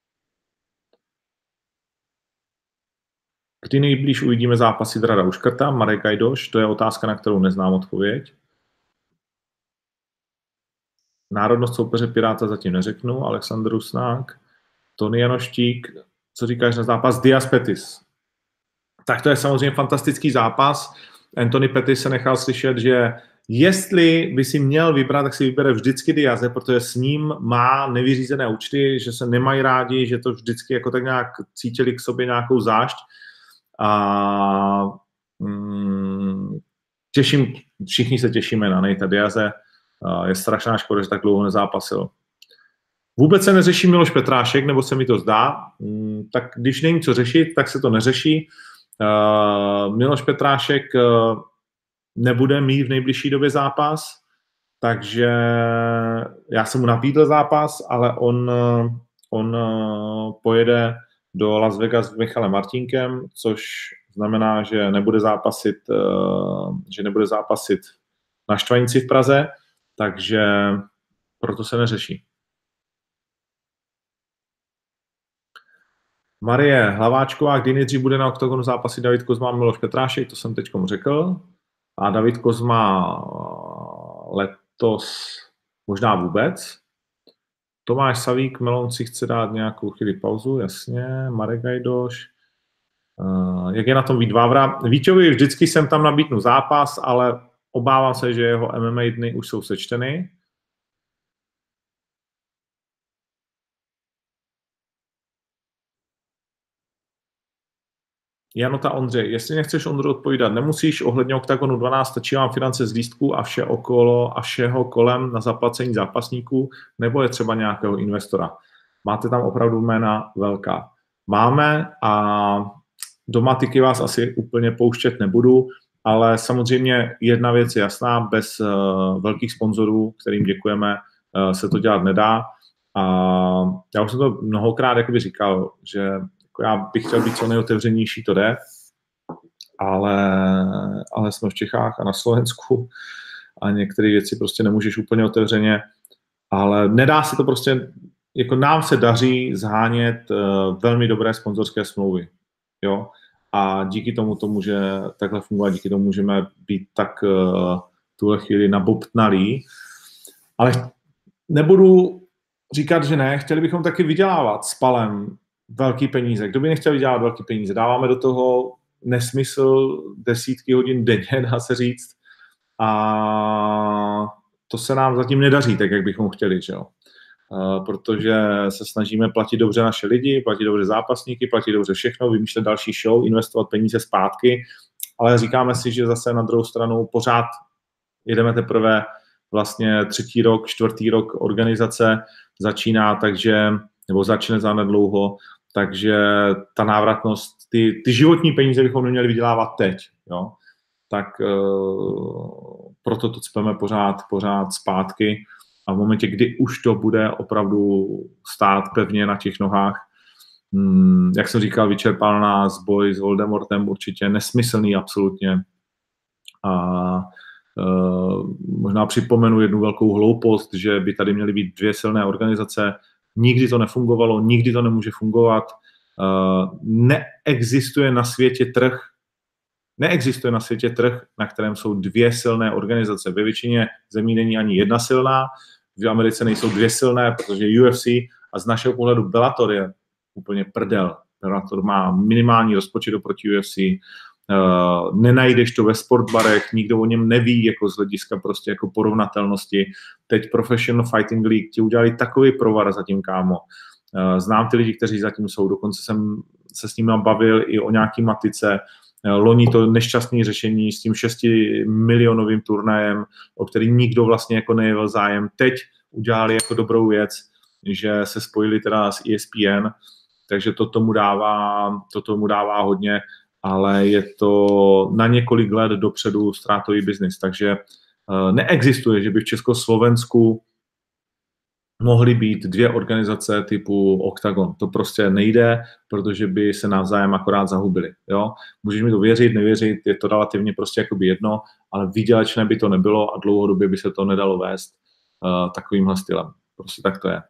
Kdy nejblíž uvidíme zápasy Drada Uškrta, Marek Gajdoš? To je otázka, na kterou neznám odpověď. Národnost soupeře Piráta zatím neřeknu. Aleksandr Rusnák, Tony Janoštík, co říkáš na zápas Diaz Pettis? Tak to je samozřejmě fantastický zápas. Anthony Pettis se nechal slyšet, že jestli by si měl vybrat, tak si vybere vždycky Diaze, protože s ním má nevyřízené účty, že se nemají rádi, že to vždycky jako tak nějak cítili k sobě nějakou zášť. A všichni se těšíme na Nejta Diaze. Je strašná škoda, že tak dlouho nezápasil. Vůbec se neřeší Miloš Petrášek, nebo se mi to zdá. Tak když není co řešit, tak se to neřeší. Miloš Petrášek nebude mít v nejbližší době zápas, takže já jsem mu nabídl zápas, ale on pojede do Las Vegas s Michalem Martinkem, což znamená, že nebude zápasit na Štvanici v Praze, takže proto se neřeší. Marie Hlaváčková, kdy nejdřív bude na oktagonu zápasy David Kozma a Miloš Petrášek, to jsem teďkom řekl. A David Kozma letos možná vůbec. Tomáš Savík, Melon si chce dát nějakou chvíli pauzu, jasně. Marek Gajdoš. Jak je na tom Vít Vávra? Víťovi vždycky jsem tam nabídnu zápas, ale obávám se, že jeho MMA dny už jsou sečteny. Janota Ondřej, jestli nechceš Ondru odpovídat, nemusíš, ohledně oktagonu 12 stačí vám finance z lístků a vše okolo a všeho kolem na zaplacení zápasníků, nebo je třeba nějakého investora. Máte tam opravdu jména velká. Máme a do matiky vás asi úplně pouštět nebudu, ale samozřejmě jedna věc je jasná, bez velkých sponzorů, kterým děkujeme, se to dělat nedá. A já už jsem to mnohokrát jakoby říkal, že já bych chtěl být co nejotevřenější, to jde, ale jsme v Čechách a na Slovensku a některé věci prostě nemůžeš úplně otevřeně, ale nedá se to prostě, jako nám se daří zhánět velmi dobré sponzorské smlouvy, jo, a díky tomu to může takhle fungovat, díky tomu můžeme být tak tuhle chvíli nabobtnalí, ale nebudu říkat, že ne, chtěli bychom taky vydělávat s Palem velký peníze. Kdo by nechtěl vydělat velký peníze? Dáváme do toho nesmysl, desítky hodin denně, dá se říct. A to se nám zatím nedaří tak, jak bychom chtěli, že jo. Protože se snažíme platit dobře naše lidi, platit dobře zápasníky, platit dobře všechno, vymýšlet další show, investovat peníze zpátky, ale říkáme si, že zase na druhou stranu pořád jedeme teprve vlastně 3. rok, 4. rok organizace začíná, takže, nebo začne za nedlouho, takže ta návratnost, ty životní peníze bychom neměli vydělávat teď, jo. Tak proto to cpeme pořád zpátky a v momentě, kdy už to bude opravdu stát pevně na těch nohách, jak jsem říkal, vyčerpal nás boj s Voldemortem, určitě nesmyslný absolutně. A možná připomenu jednu velkou hloupost, že by tady měly být 2 silné organizace. Nikdy to nefungovalo, nikdy to nemůže fungovat. Neexistuje na světě trh, na kterém jsou 2 silné organizace. Ve většině zemí není ani jedna silná, v Americe nejsou 2 silné, protože UFC a z našeho pohledu Bellator je úplně prdel. Bellator má minimální rozpočet oproti UFC, nenajdeš to ve sportbarech, nikdo o něm neví, jako z hlediska prostě jako porovnatelnosti. Teď Professional Fighting League ti udělali takový provar zatím, kámo. Znám ty lidi, kteří zatím jsou, dokonce jsem se s nimi bavil i o nějaký matice. Loni to nešťastné řešení s tím 6milionovým turnajem, o který nikdo vlastně jako nejevil zájem. Teď udělali jako dobrou věc, že se spojili teda s ESPN, takže to tomu dává hodně, ale je to na několik let dopředu ztrátový biznis, takže neexistuje, že by v Československu mohly být 2 organizace typu Octagon. To prostě nejde, protože by se navzájem akorát zahubili. Jo? Můžeš mi to věřit, nevěřit, je to relativně prostě jakoby jedno, ale výdělečné by to nebylo a dlouhodobě by se to nedalo vést takovýmhle stylem. Prostě tak to je.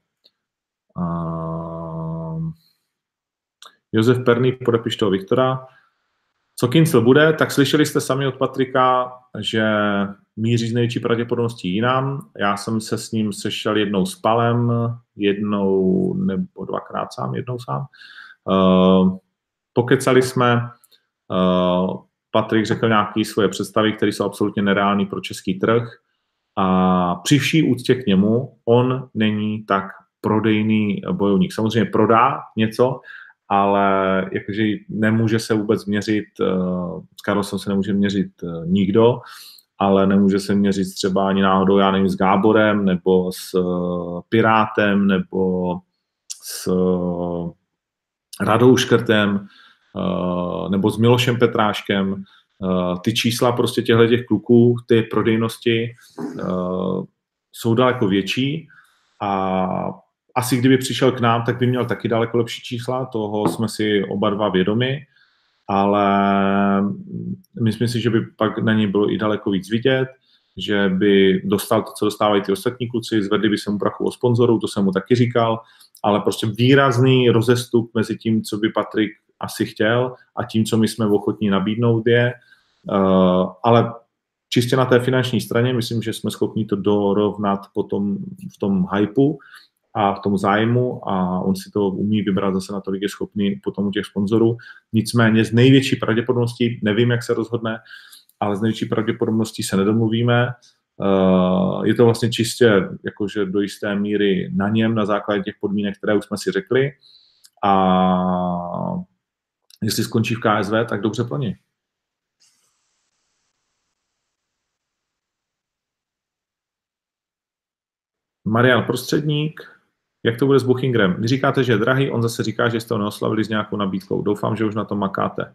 Josef Perný, podepiš toho Viktora. Co Kincl bude, tak slyšeli jste sami od Patrika, že míří z největší pravděpodobností jinam. Já jsem se s ním sešel jednou s Palem, jednou nebo 2krát sám, jednou sám. Pokecali jsme, Patrik řekl nějaké svoje představy, které jsou absolutně nereální pro český trh a při vší úctě k němu, on není tak prodejný bojovník. Samozřejmě prodá něco, ale jakože nemůže se vůbec měřit, s Carlosem se nemůže měřit nikdo, ale nemůže se měřit třeba ani náhodou, já nevím, s Gáborem, nebo s Pirátem, nebo s Radou Škrtem, nebo s Milošem Petráškem. Ty čísla prostě těch kluků, ty prodejnosti jsou daleko větší a asi kdyby přišel k nám, tak by měl taky daleko lepší čísla, toho jsme si oba dva vědomi, ale myslím si, že by pak na něj bylo i daleko víc vidět, že by dostal to, co dostávají ty ostatní kluci, zvedli by se mu prachu o sponzorů, to jsem mu taky říkal, ale prostě výrazný rozestup mezi tím, co by Patrik asi chtěl a tím, co my jsme ochotní nabídnout je, ale čistě na té finanční straně myslím, že jsme schopni to dorovnat potom v tom hypeu a v tom zájmu a on si to umí vybrat zase natolik je schopný potom u těch sponzorů. Nicméně z největší pravděpodobností, nevím, jak se rozhodne, ale z největší pravděpodobností se nedomluvíme. Je to vlastně čistě jakože do jisté míry na něm, na základě těch podmínek, které už jsme si řekli. A jestli skončí v KSV, tak dobře pro něj. Marian Prostředník, jak to bude s Buchingerem? Vy říkáte, že je drahý, on zase říká, že jste ho neoslavili s nějakou nabídkou. Doufám, že už na tom makáte.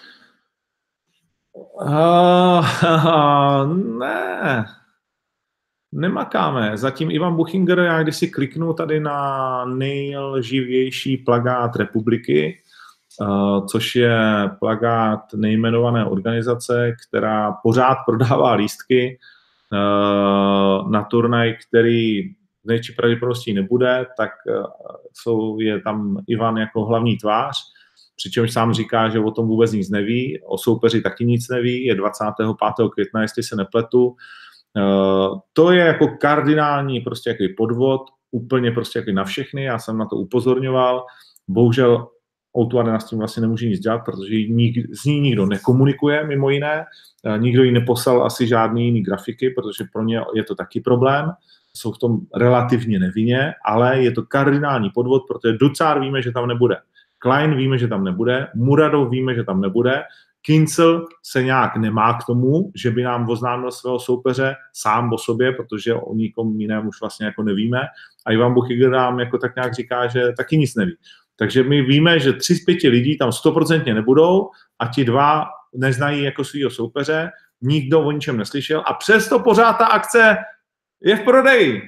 Ne, nemakáme. Zatím Ivan Buchinger, já když si kliknu tady na nejlživější plakát republiky, což je plakát nejmenované organizace, která pořád prodává lístky na turnaj, který z největší pravděpodobností nebude, tak je tam Ivan jako hlavní tvář, přičemž sám říká, že o tom vůbec nic neví, o soupeři taky nic neví, je 25. května, jestli se nepletu. To je jako kardinální prostě jaký podvod, úplně prostě jaký na všechny, já jsem na to upozorňoval, bohužel O2 Arena s tím vlastně nemůže nic dělat, protože z ní nikdo nekomunikuje, mimo jiné. Nikdo jí neposlal asi žádný jiný grafiky, protože pro ně je to taky problém. Jsou v tom relativně nevinně, ale je to kardinální podvod, protože Ducar víme, že tam nebude. Klein víme, že tam nebude. Muradov víme, že tam nebude. Kincel se nějak nemá k tomu, že by nám oznámil svého soupeře sám o sobě, protože o nikom jiném už vlastně jako nevíme. A Ivan Buchinger nám jako tak nějak říká, že taky nic neví. Takže my víme, že 3 z 5 lidí tam 100% nebudou a ti 2 neznají jako svýho soupeře, nikdo o ničem neslyšel a přesto pořád ta akce je v prodeji.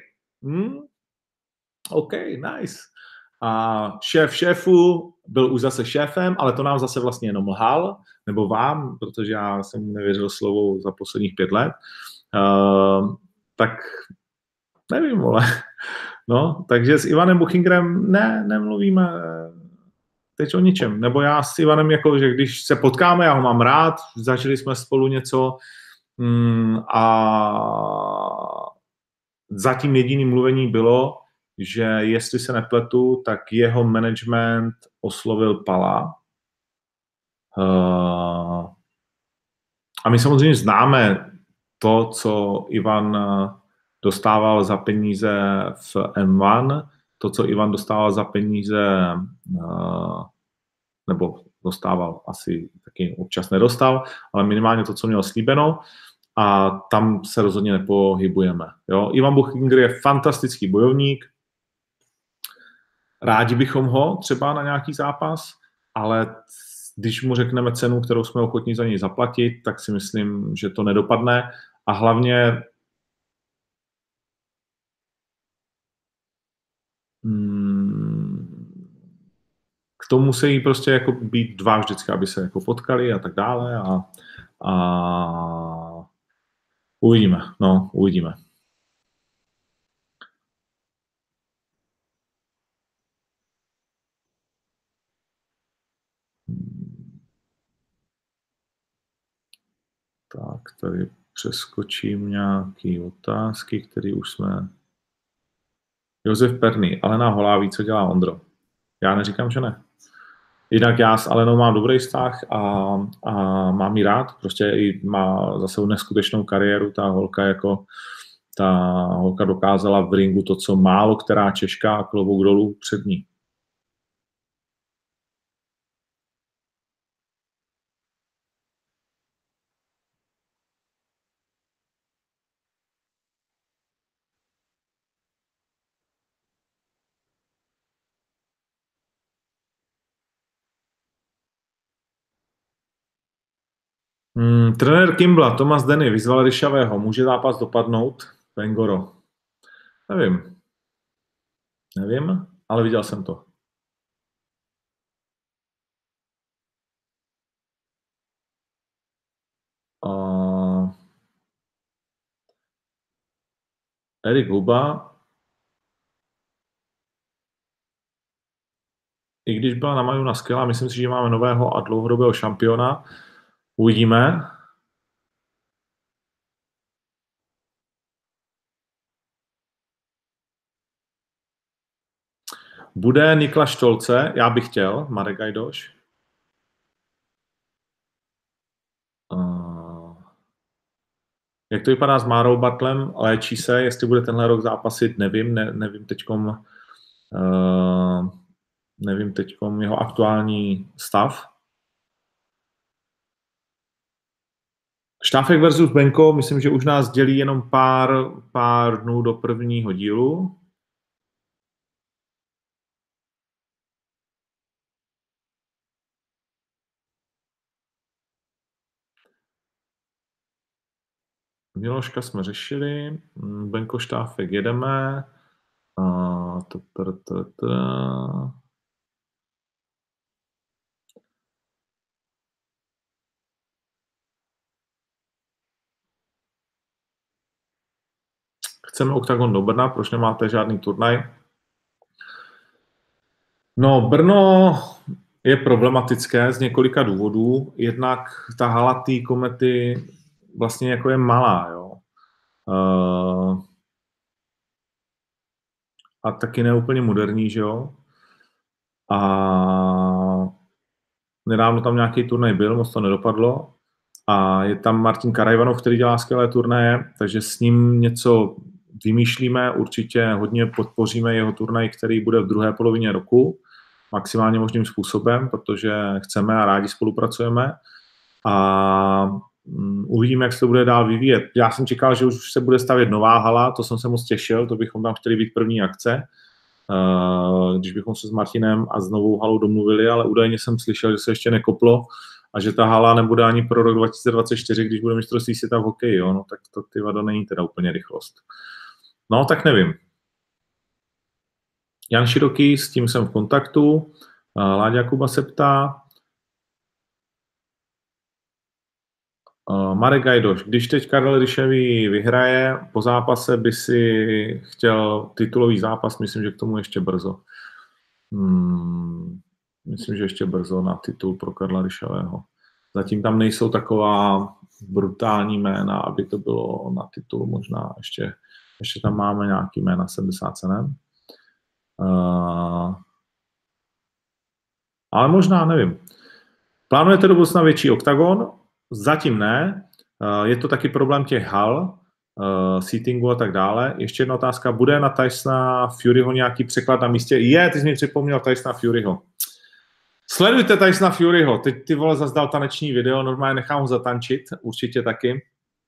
OK, nice. A šéf šéfu byl už zase šéfem, ale to nám zase vlastně jenom lhal, nebo vám, protože já jsem mu nevěřil slovo za posledních 5 let. Tak nevím, vole. No, takže s Ivanem Buchingerem nemluvíme teď o ničem. Nebo já s Ivanem, jako, že když se potkáme, já ho mám rád, zažili jsme spolu něco a zatím jediným mluvení bylo, že jestli se nepletu, tak jeho management oslovil Pala. A my samozřejmě známe to, co Ivan dostával za peníze v M1, to, co Ivan dostával za peníze, nebo dostával, asi taky občas nedostal, ale minimálně to, co měl slíbeno, a tam se rozhodně nepohybujeme. Jo? Ivan Buchinger je fantastický bojovník, rádi bychom ho třeba na nějaký zápas, ale když mu řekneme cenu, kterou jsme ochotní za něj zaplatit, tak si myslím, že to nedopadne a hlavně k tomu musí prostě jako být 2 vždycky, aby se jako potkali a tak dále a uvidíme, uvidíme. Tak, tady přeskočím nějaké otázky, které už jsme... Josef Perný, Alena Holá, co dělá Ondro? Já neříkám, že ne. Jinak já s Alenou mám dobrý vztah a mám ji rád. Prostě i má zase neskutečnou kariéru. Ta holka dokázala v ringu to, co málo která Češka a klobouk dolů před ní. Trenér Kimbla, Tomas Denny, vyzval Ryšavého. Může zápas dopadnout? Vengoro. Nevím, ale viděl jsem to. Erik Huba, i když byla na Majuna skvělá, myslím si, že máme nového a dlouhodobého šampiona. Uvidíme. Bude Niklas Štolce, já bych chtěl, Marek Gajdoš. Jak to vypadá s Márou Bartlem? Léčí se, jestli bude tenhle rok zápasit, nevím, nevím teďkom jeho aktuální stav. Štáfek versus Benko, myslím, že už nás dělí jenom pár dnů do prvního dílu. Miloška jsme řešili, Benko Štáfek jedeme. Chceme Oktagon do Brna, proč nemáte žádný turnaj? No, Brno je problematické z několika důvodů. Jednak ta hala té Komety vlastně jako je malá, jo. A taky neúplně moderní, že jo. A nedávno tam nějaký turnaj byl, moc to nedopadlo. A je tam Martin Karajvanov, který dělá skvělé turnaje, takže s ním něco vymýšlíme, určitě hodně podpoříme jeho turnaj, který bude v druhé polovině roku, maximálně možným způsobem, protože chceme a rádi spolupracujeme. A uvidíme, jak se to bude dál vyvíjet. Já jsem čekal, že už se bude stavět nová hala, to jsem se moc těšil, to bychom tam chtěli být první akce, když bychom se s Martinem a s novou halou domluvili, ale údajně jsem slyšel, že se ještě nekoplo a že ta hala nebude ani pro rok 2024, když bude mistrovství světa v hokeji, jo? No tak to ty vado není teda úplně rychlost. No tak nevím. Jan Široký, s tím jsem v kontaktu, Láďa Kuba se ptá, Marek Gajdoš, když teď Karel Ryšavý vyhraje, po zápase by si chtěl titulový zápas, myslím, že k tomu ještě brzo. Myslím, že ještě brzo na titul pro Karla Ryšavého. Zatím tam nejsou taková brutální jména, aby to bylo na titul, možná ještě tam máme nějaký jména 70 cenem. Ale možná, nevím. Plánujete do budoucna větší oktagon? Zatím ne. Je to taky problém těch hal, seatingu a tak dále. Ještě jedna otázka. Bude na Tysona Furyho nějaký překlad na místě? Ty jsi mi připomněl Tysona Furyho. Sledujte Tysona Furyho. Teď ty vole zase dal taneční video, normálně nechám ho zatančit, určitě taky.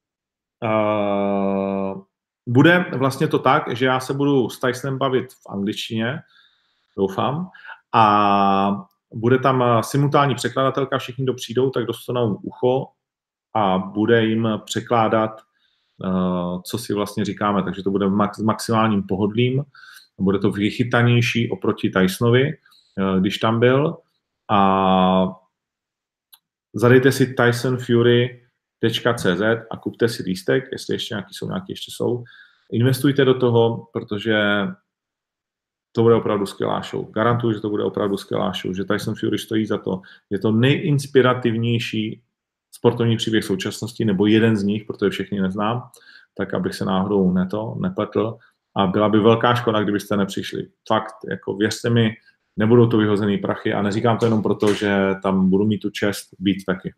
Bude vlastně to tak, že já se budu s Tysonem bavit v angličtině, doufám, a bude tam simultánní překladatelka, všichni, kdo přijdou, tak dostanou ucho a bude jim překládat, co si vlastně říkáme. Takže to bude maximálním pohodlím, bude to vychytanější oproti Tysonovi, když tam byl. A zadejte si tysonfury.cz a kupte si lístek, jestli ještě nějaký jsou. Investujte do toho, protože to bude opravdu skvělá show. Garantuju, že to bude opravdu skvělá show, že Tyson Fury stojí za to. Je to nejinspirativnější sportovní příběh současnosti, nebo jeden z nich, protože všechny neznám, tak abych se náhodou nepletl. A byla by velká škoda, kdybyste nepřišli. Fakt, jako věřte mi, nebudou to vyhozený prachy a neříkám to jenom proto, že tam budu mít tu čest být taky.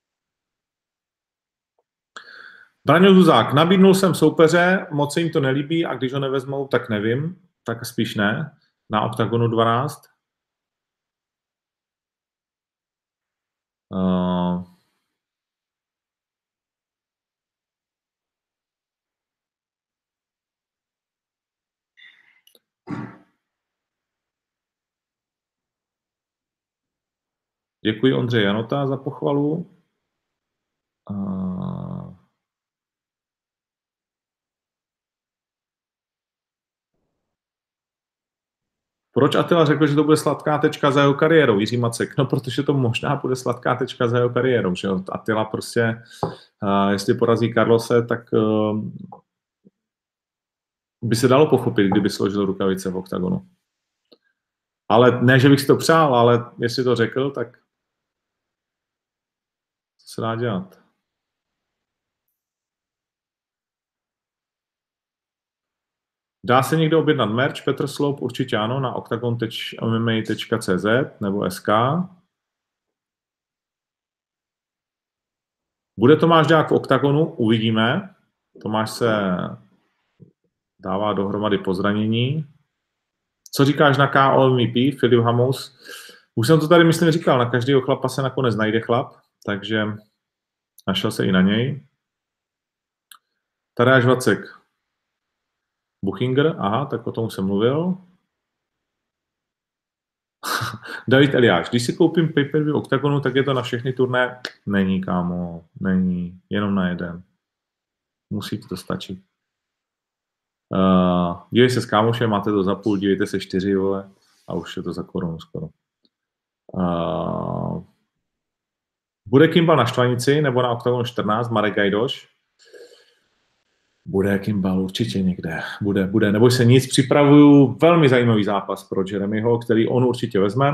Braňo Zuzák, nabídnul jsem soupeře, moc se jim to nelíbí a když ho nevezmou, tak nevím, tak spíš ne, na Octagonu 12. Děkuji Ondřeji Janota za pochvalu. Proč Attila řekl, že to bude sladká tečka za jeho kariérou, Jiří Macek? No, protože to možná bude sladká tečka za jeho kariérou, že jo? Attila prostě, jestli porazí Carlose, tak by se dalo pochopit, kdyby složil rukavice v oktagonu. Ale ne, že bych si to přál, ale jestli to řekl, tak co se dá dělat? Dá se někdo objednat merch? Petr Sloup určitě ano, na octagon.mma.cz nebo SK. Bude Tomáš Dák v oktagonu? Uvidíme. Tomáš se dává dohromady po zranění. Co říkáš na KO MVP, Filip Hamous? Už jsem to tady, myslím, říkal, na každého chlapa se nakonec najde chlap, takže našel se i na něj. Tadeáš Vacek. Buchinger, aha, tak o tom jsem mluvil. David Eliáš, když si koupím pay-per-view Octagonu, tak je to na všechny turné? Není, kámo, není, jenom na jeden. Musí ti to stačit. Dívej se s kámošem, máte to za půl, dívejte se 4, vole, a už je to za korunu skoro. Bude Kimball na Štvanici nebo na Octagonu 14, Marek Gajdoš? Bude Kimball určitě někde. Bude. Neboj se nic, připravuju velmi zajímavý zápas pro Jeremyho, který on určitě vezme.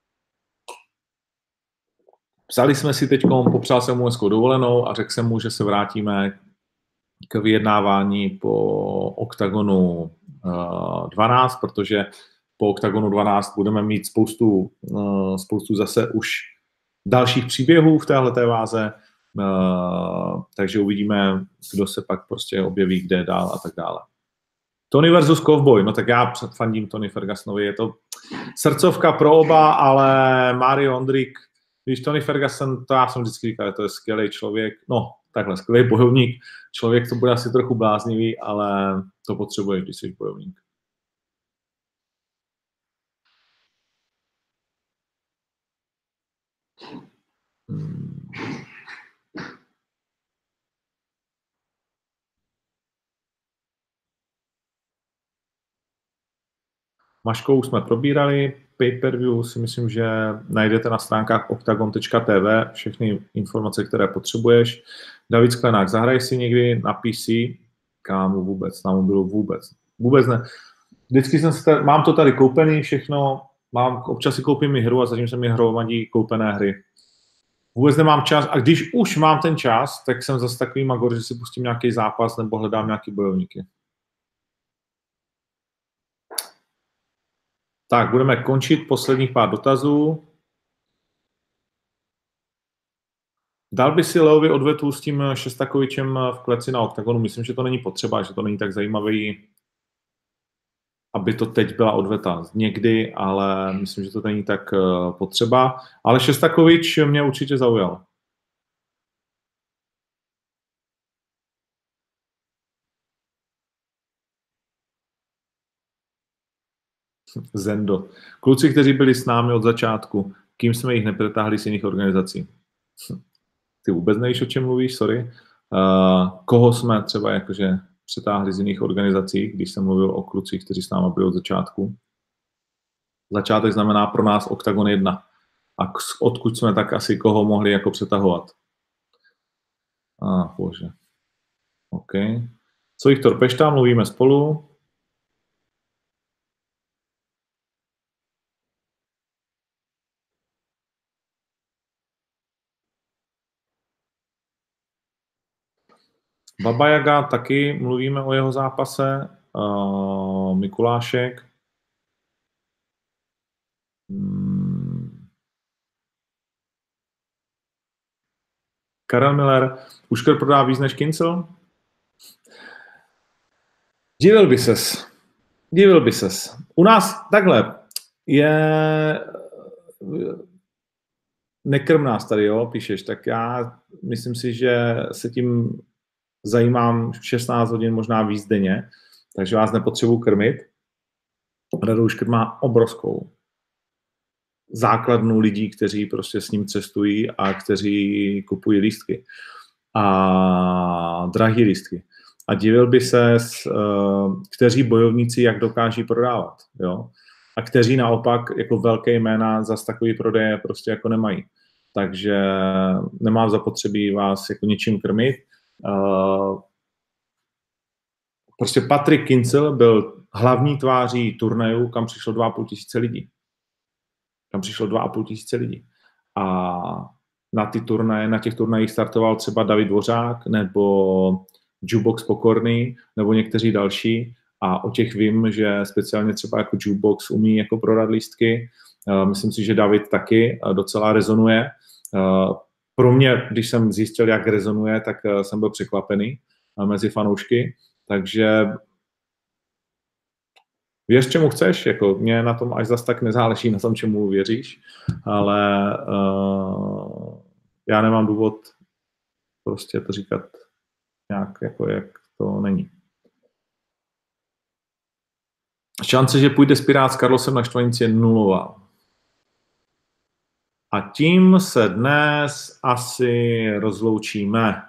Psali jsme si teď, popřál jsem mu hezkou dovolenou a řekl jsem mu, že se vrátíme k vyjednávání po Octagonu 12, protože po Octagonu 12 budeme mít spoustu zase už dalších příběhů v téhleté váze, takže uvidíme, kdo se pak prostě objeví, kde dál a tak dále. Tony versus Cowboy, no tak já fandím Tony Fergusonovi, je to srdcovka pro oba, ale Mario Ondrik, když Tony Ferguson, to já jsem vždycky říkal, to je skvělý člověk, no takhle, skvělý bojovník, člověk to bude asi trochu bláznivý, ale to potřebuješ, když jsi bojovník. Maškou jsme probírali, pay-per-view si myslím, že najdete na stránkách octagon.tv všechny informace, které potřebuješ. David Sklenák, zahraj si někdy na PC, kámo vůbec, na mobilu vůbec ne. Vždycky mám to tady koupený všechno, občas si koupím i hru a zatím se mi hromadí koupené hry. Vůbec nemám čas a když už mám ten čas, tak jsem zase takový magor, že si pustím nějaký zápas nebo hledám nějaký bojovníky. Tak, budeme končit posledních pár dotazů. Dal by si Leovi odvetu s tím Šestakovičem v kleci na oktagonu? Myslím, že to není potřeba, že to není tak zajímavý, aby to teď byla odveta někdy, ale myslím, že to není tak potřeba. Ale Šestakovič mě určitě zaujal. Zendo. Kluci, kteří byli s námi od začátku, kým jsme jich nepretáhli z jiných organizací? Ty vůbec nevíš, o čem mluvíš, sorry. Koho jsme třeba jakože přetáhli z jiných organizací, když jsem mluvil o klucích, kteří s námi byli od začátku? Začátek znamená pro nás Octagon 1. A odkud jsme tak asi koho mohli jako přetahovat? Bože. OK. Co Viktor Pešta, mluvíme spolu. Baba Jaga taky, mluvíme o jeho zápase. Mikulášek. Karel Miller. Ušker prodá víc než Kincel? Divil by ses. U nás takhle je... Nekrm nás tady, jo, píšeš, tak já myslím si, že se tím zajímám 16 hodin, možná víc denně, takže vás nepotřebuji krmit. Radu Škrt má obrovskou základnu lidí, kteří prostě s ním cestují a kteří kupují lístky. A drahý lístky. A divil by se, kteří bojovníci jak dokáží prodávat, jo? A kteří naopak jako velké jména zas takový prodeje prostě jako nemají. Takže nemám zapotřebí vás jako něčím krmit. Prostě Patrick Kincel byl hlavní tváří turnaju, kam přišlo 2500 lidí. A na těch turnajích startoval třeba David Dvořák nebo Jukebox Pokorný nebo někteří další a o těch vím, že speciálně třeba jako Jukebox umí jako prodat lístky. Myslím si, že David taky docela rezonuje. Pro mě, když jsem zjistil, jak rezonuje, tak jsem byl překvapený mezi fanoušky, takže věř, čemu chceš, jako mě na tom až zas tak nezáleží na tom, čemu věříš, ale já nemám důvod prostě to říkat nějak, jako jak to není. Šance, že půjde Spirát s Carlosem na štvanici je nulová. A tím se dnes asi rozloučíme.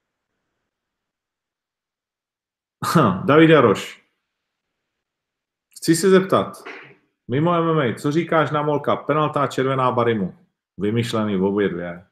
David Jaroš. Chci se zeptat, mimo MMA, co říkáš na Molka? Penalta červená Barimu. Vymyšlený v obě dvě.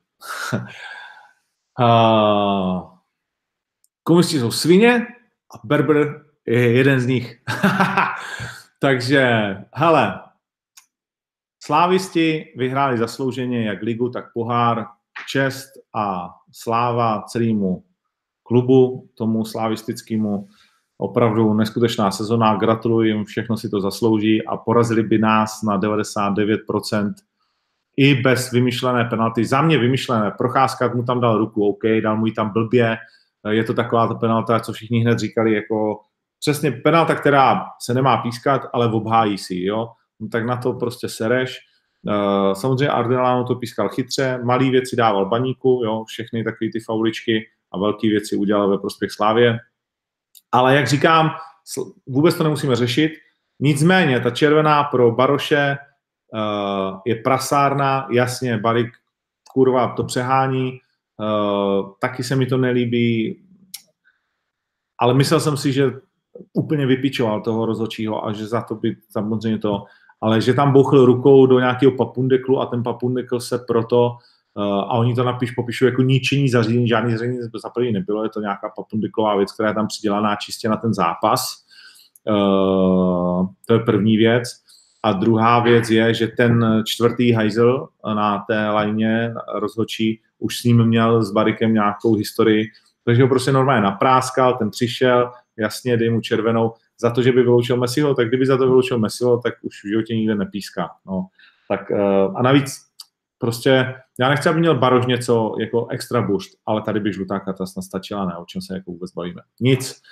Komunisti jsou svině a Berber je jeden z nich. Takže, hele, slávisti vyhráli zaslouženě jak ligu, tak pohár. Čest a sláva celému klubu, tomu slavistickému. Opravdu neskutečná sezona, gratuluji jim, všechno si to zaslouží a porazili by nás na 99% i bez vymyšlené penalty. Za mě vymyšlené. Procházka mu tam dal ruku, OK, dal mu ji tam blbě. Je to taková ta penalta, co všichni hned říkali, jako přesně penalta, která se nemá pískat, ale obhájí si, jo. No, tak na to prostě sereš. Samozřejmě Ardelano to pískal chytře, malý věci dával Baníku, jo, všechny takové ty fauličky a velké věci udělal ve prospěch Slávie. Ale jak říkám, vůbec to nemusíme řešit. Nicméně ta červená pro Baroše je prasárna, jasně, Barik kurva to přehání, taky se mi to nelíbí, ale myslel jsem si, že úplně vypičoval toho rozhodčího a že za to by samozřejmě to, ale že tam bouchl rukou do nějakého papundeklu a ten papundekl se proto a oni to popíšou jako ničení zařízení, žádný zařízení za první nebylo, je to nějaká papundeklová věc, která je tam přidělaná čistě na ten zápas. To je první věc. A druhá věc je, že ten čtvrtý hajzel na té lajně rozhodčí už s ním měl s Barikem nějakou historii, takže ho prostě normálně napráskal, ten přišel, jasně, dej mu červenou, za to, že by vyloučil Messiho, tak kdyby za to vyloučil Messiho, tak už v životě nikde nepíská. No. Tak, a navíc prostě, já nechci, aby měl Baroš něco jako extra boost, ale tady by žlutá karta snad stačila, ne, o čem se jako vůbec bavíme. Nic.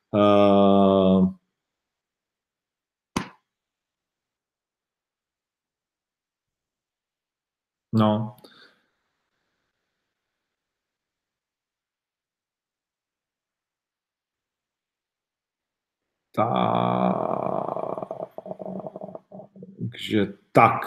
No. Takže tak.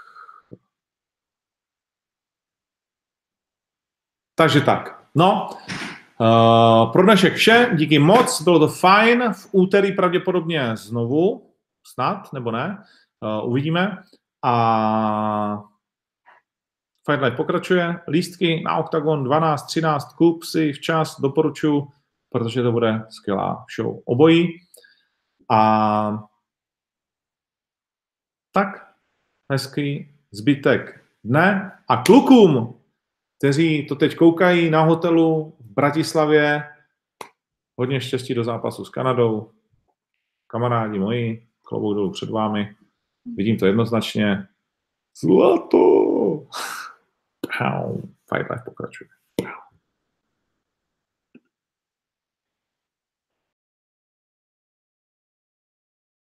Takže tak. No, pro dnešek vše, díky moc, bylo to fajn. V úterý pravděpodobně znovu, snad, nebo ne, uvidíme. A Fight Life pokračuje. Lístky na Octagon 12, 13, kup si včas, doporučuji, protože to bude skvělá show obojí. A tak, hezký zbytek dne. A klukům, kteří to teď koukají na hotelu v Bratislavě, hodně štěstí do zápasu s Kanadou. Kamarádi moji, klobouk dolů před vámi. Vidím to jednoznačně. Zlato! Fight Life pokračuje.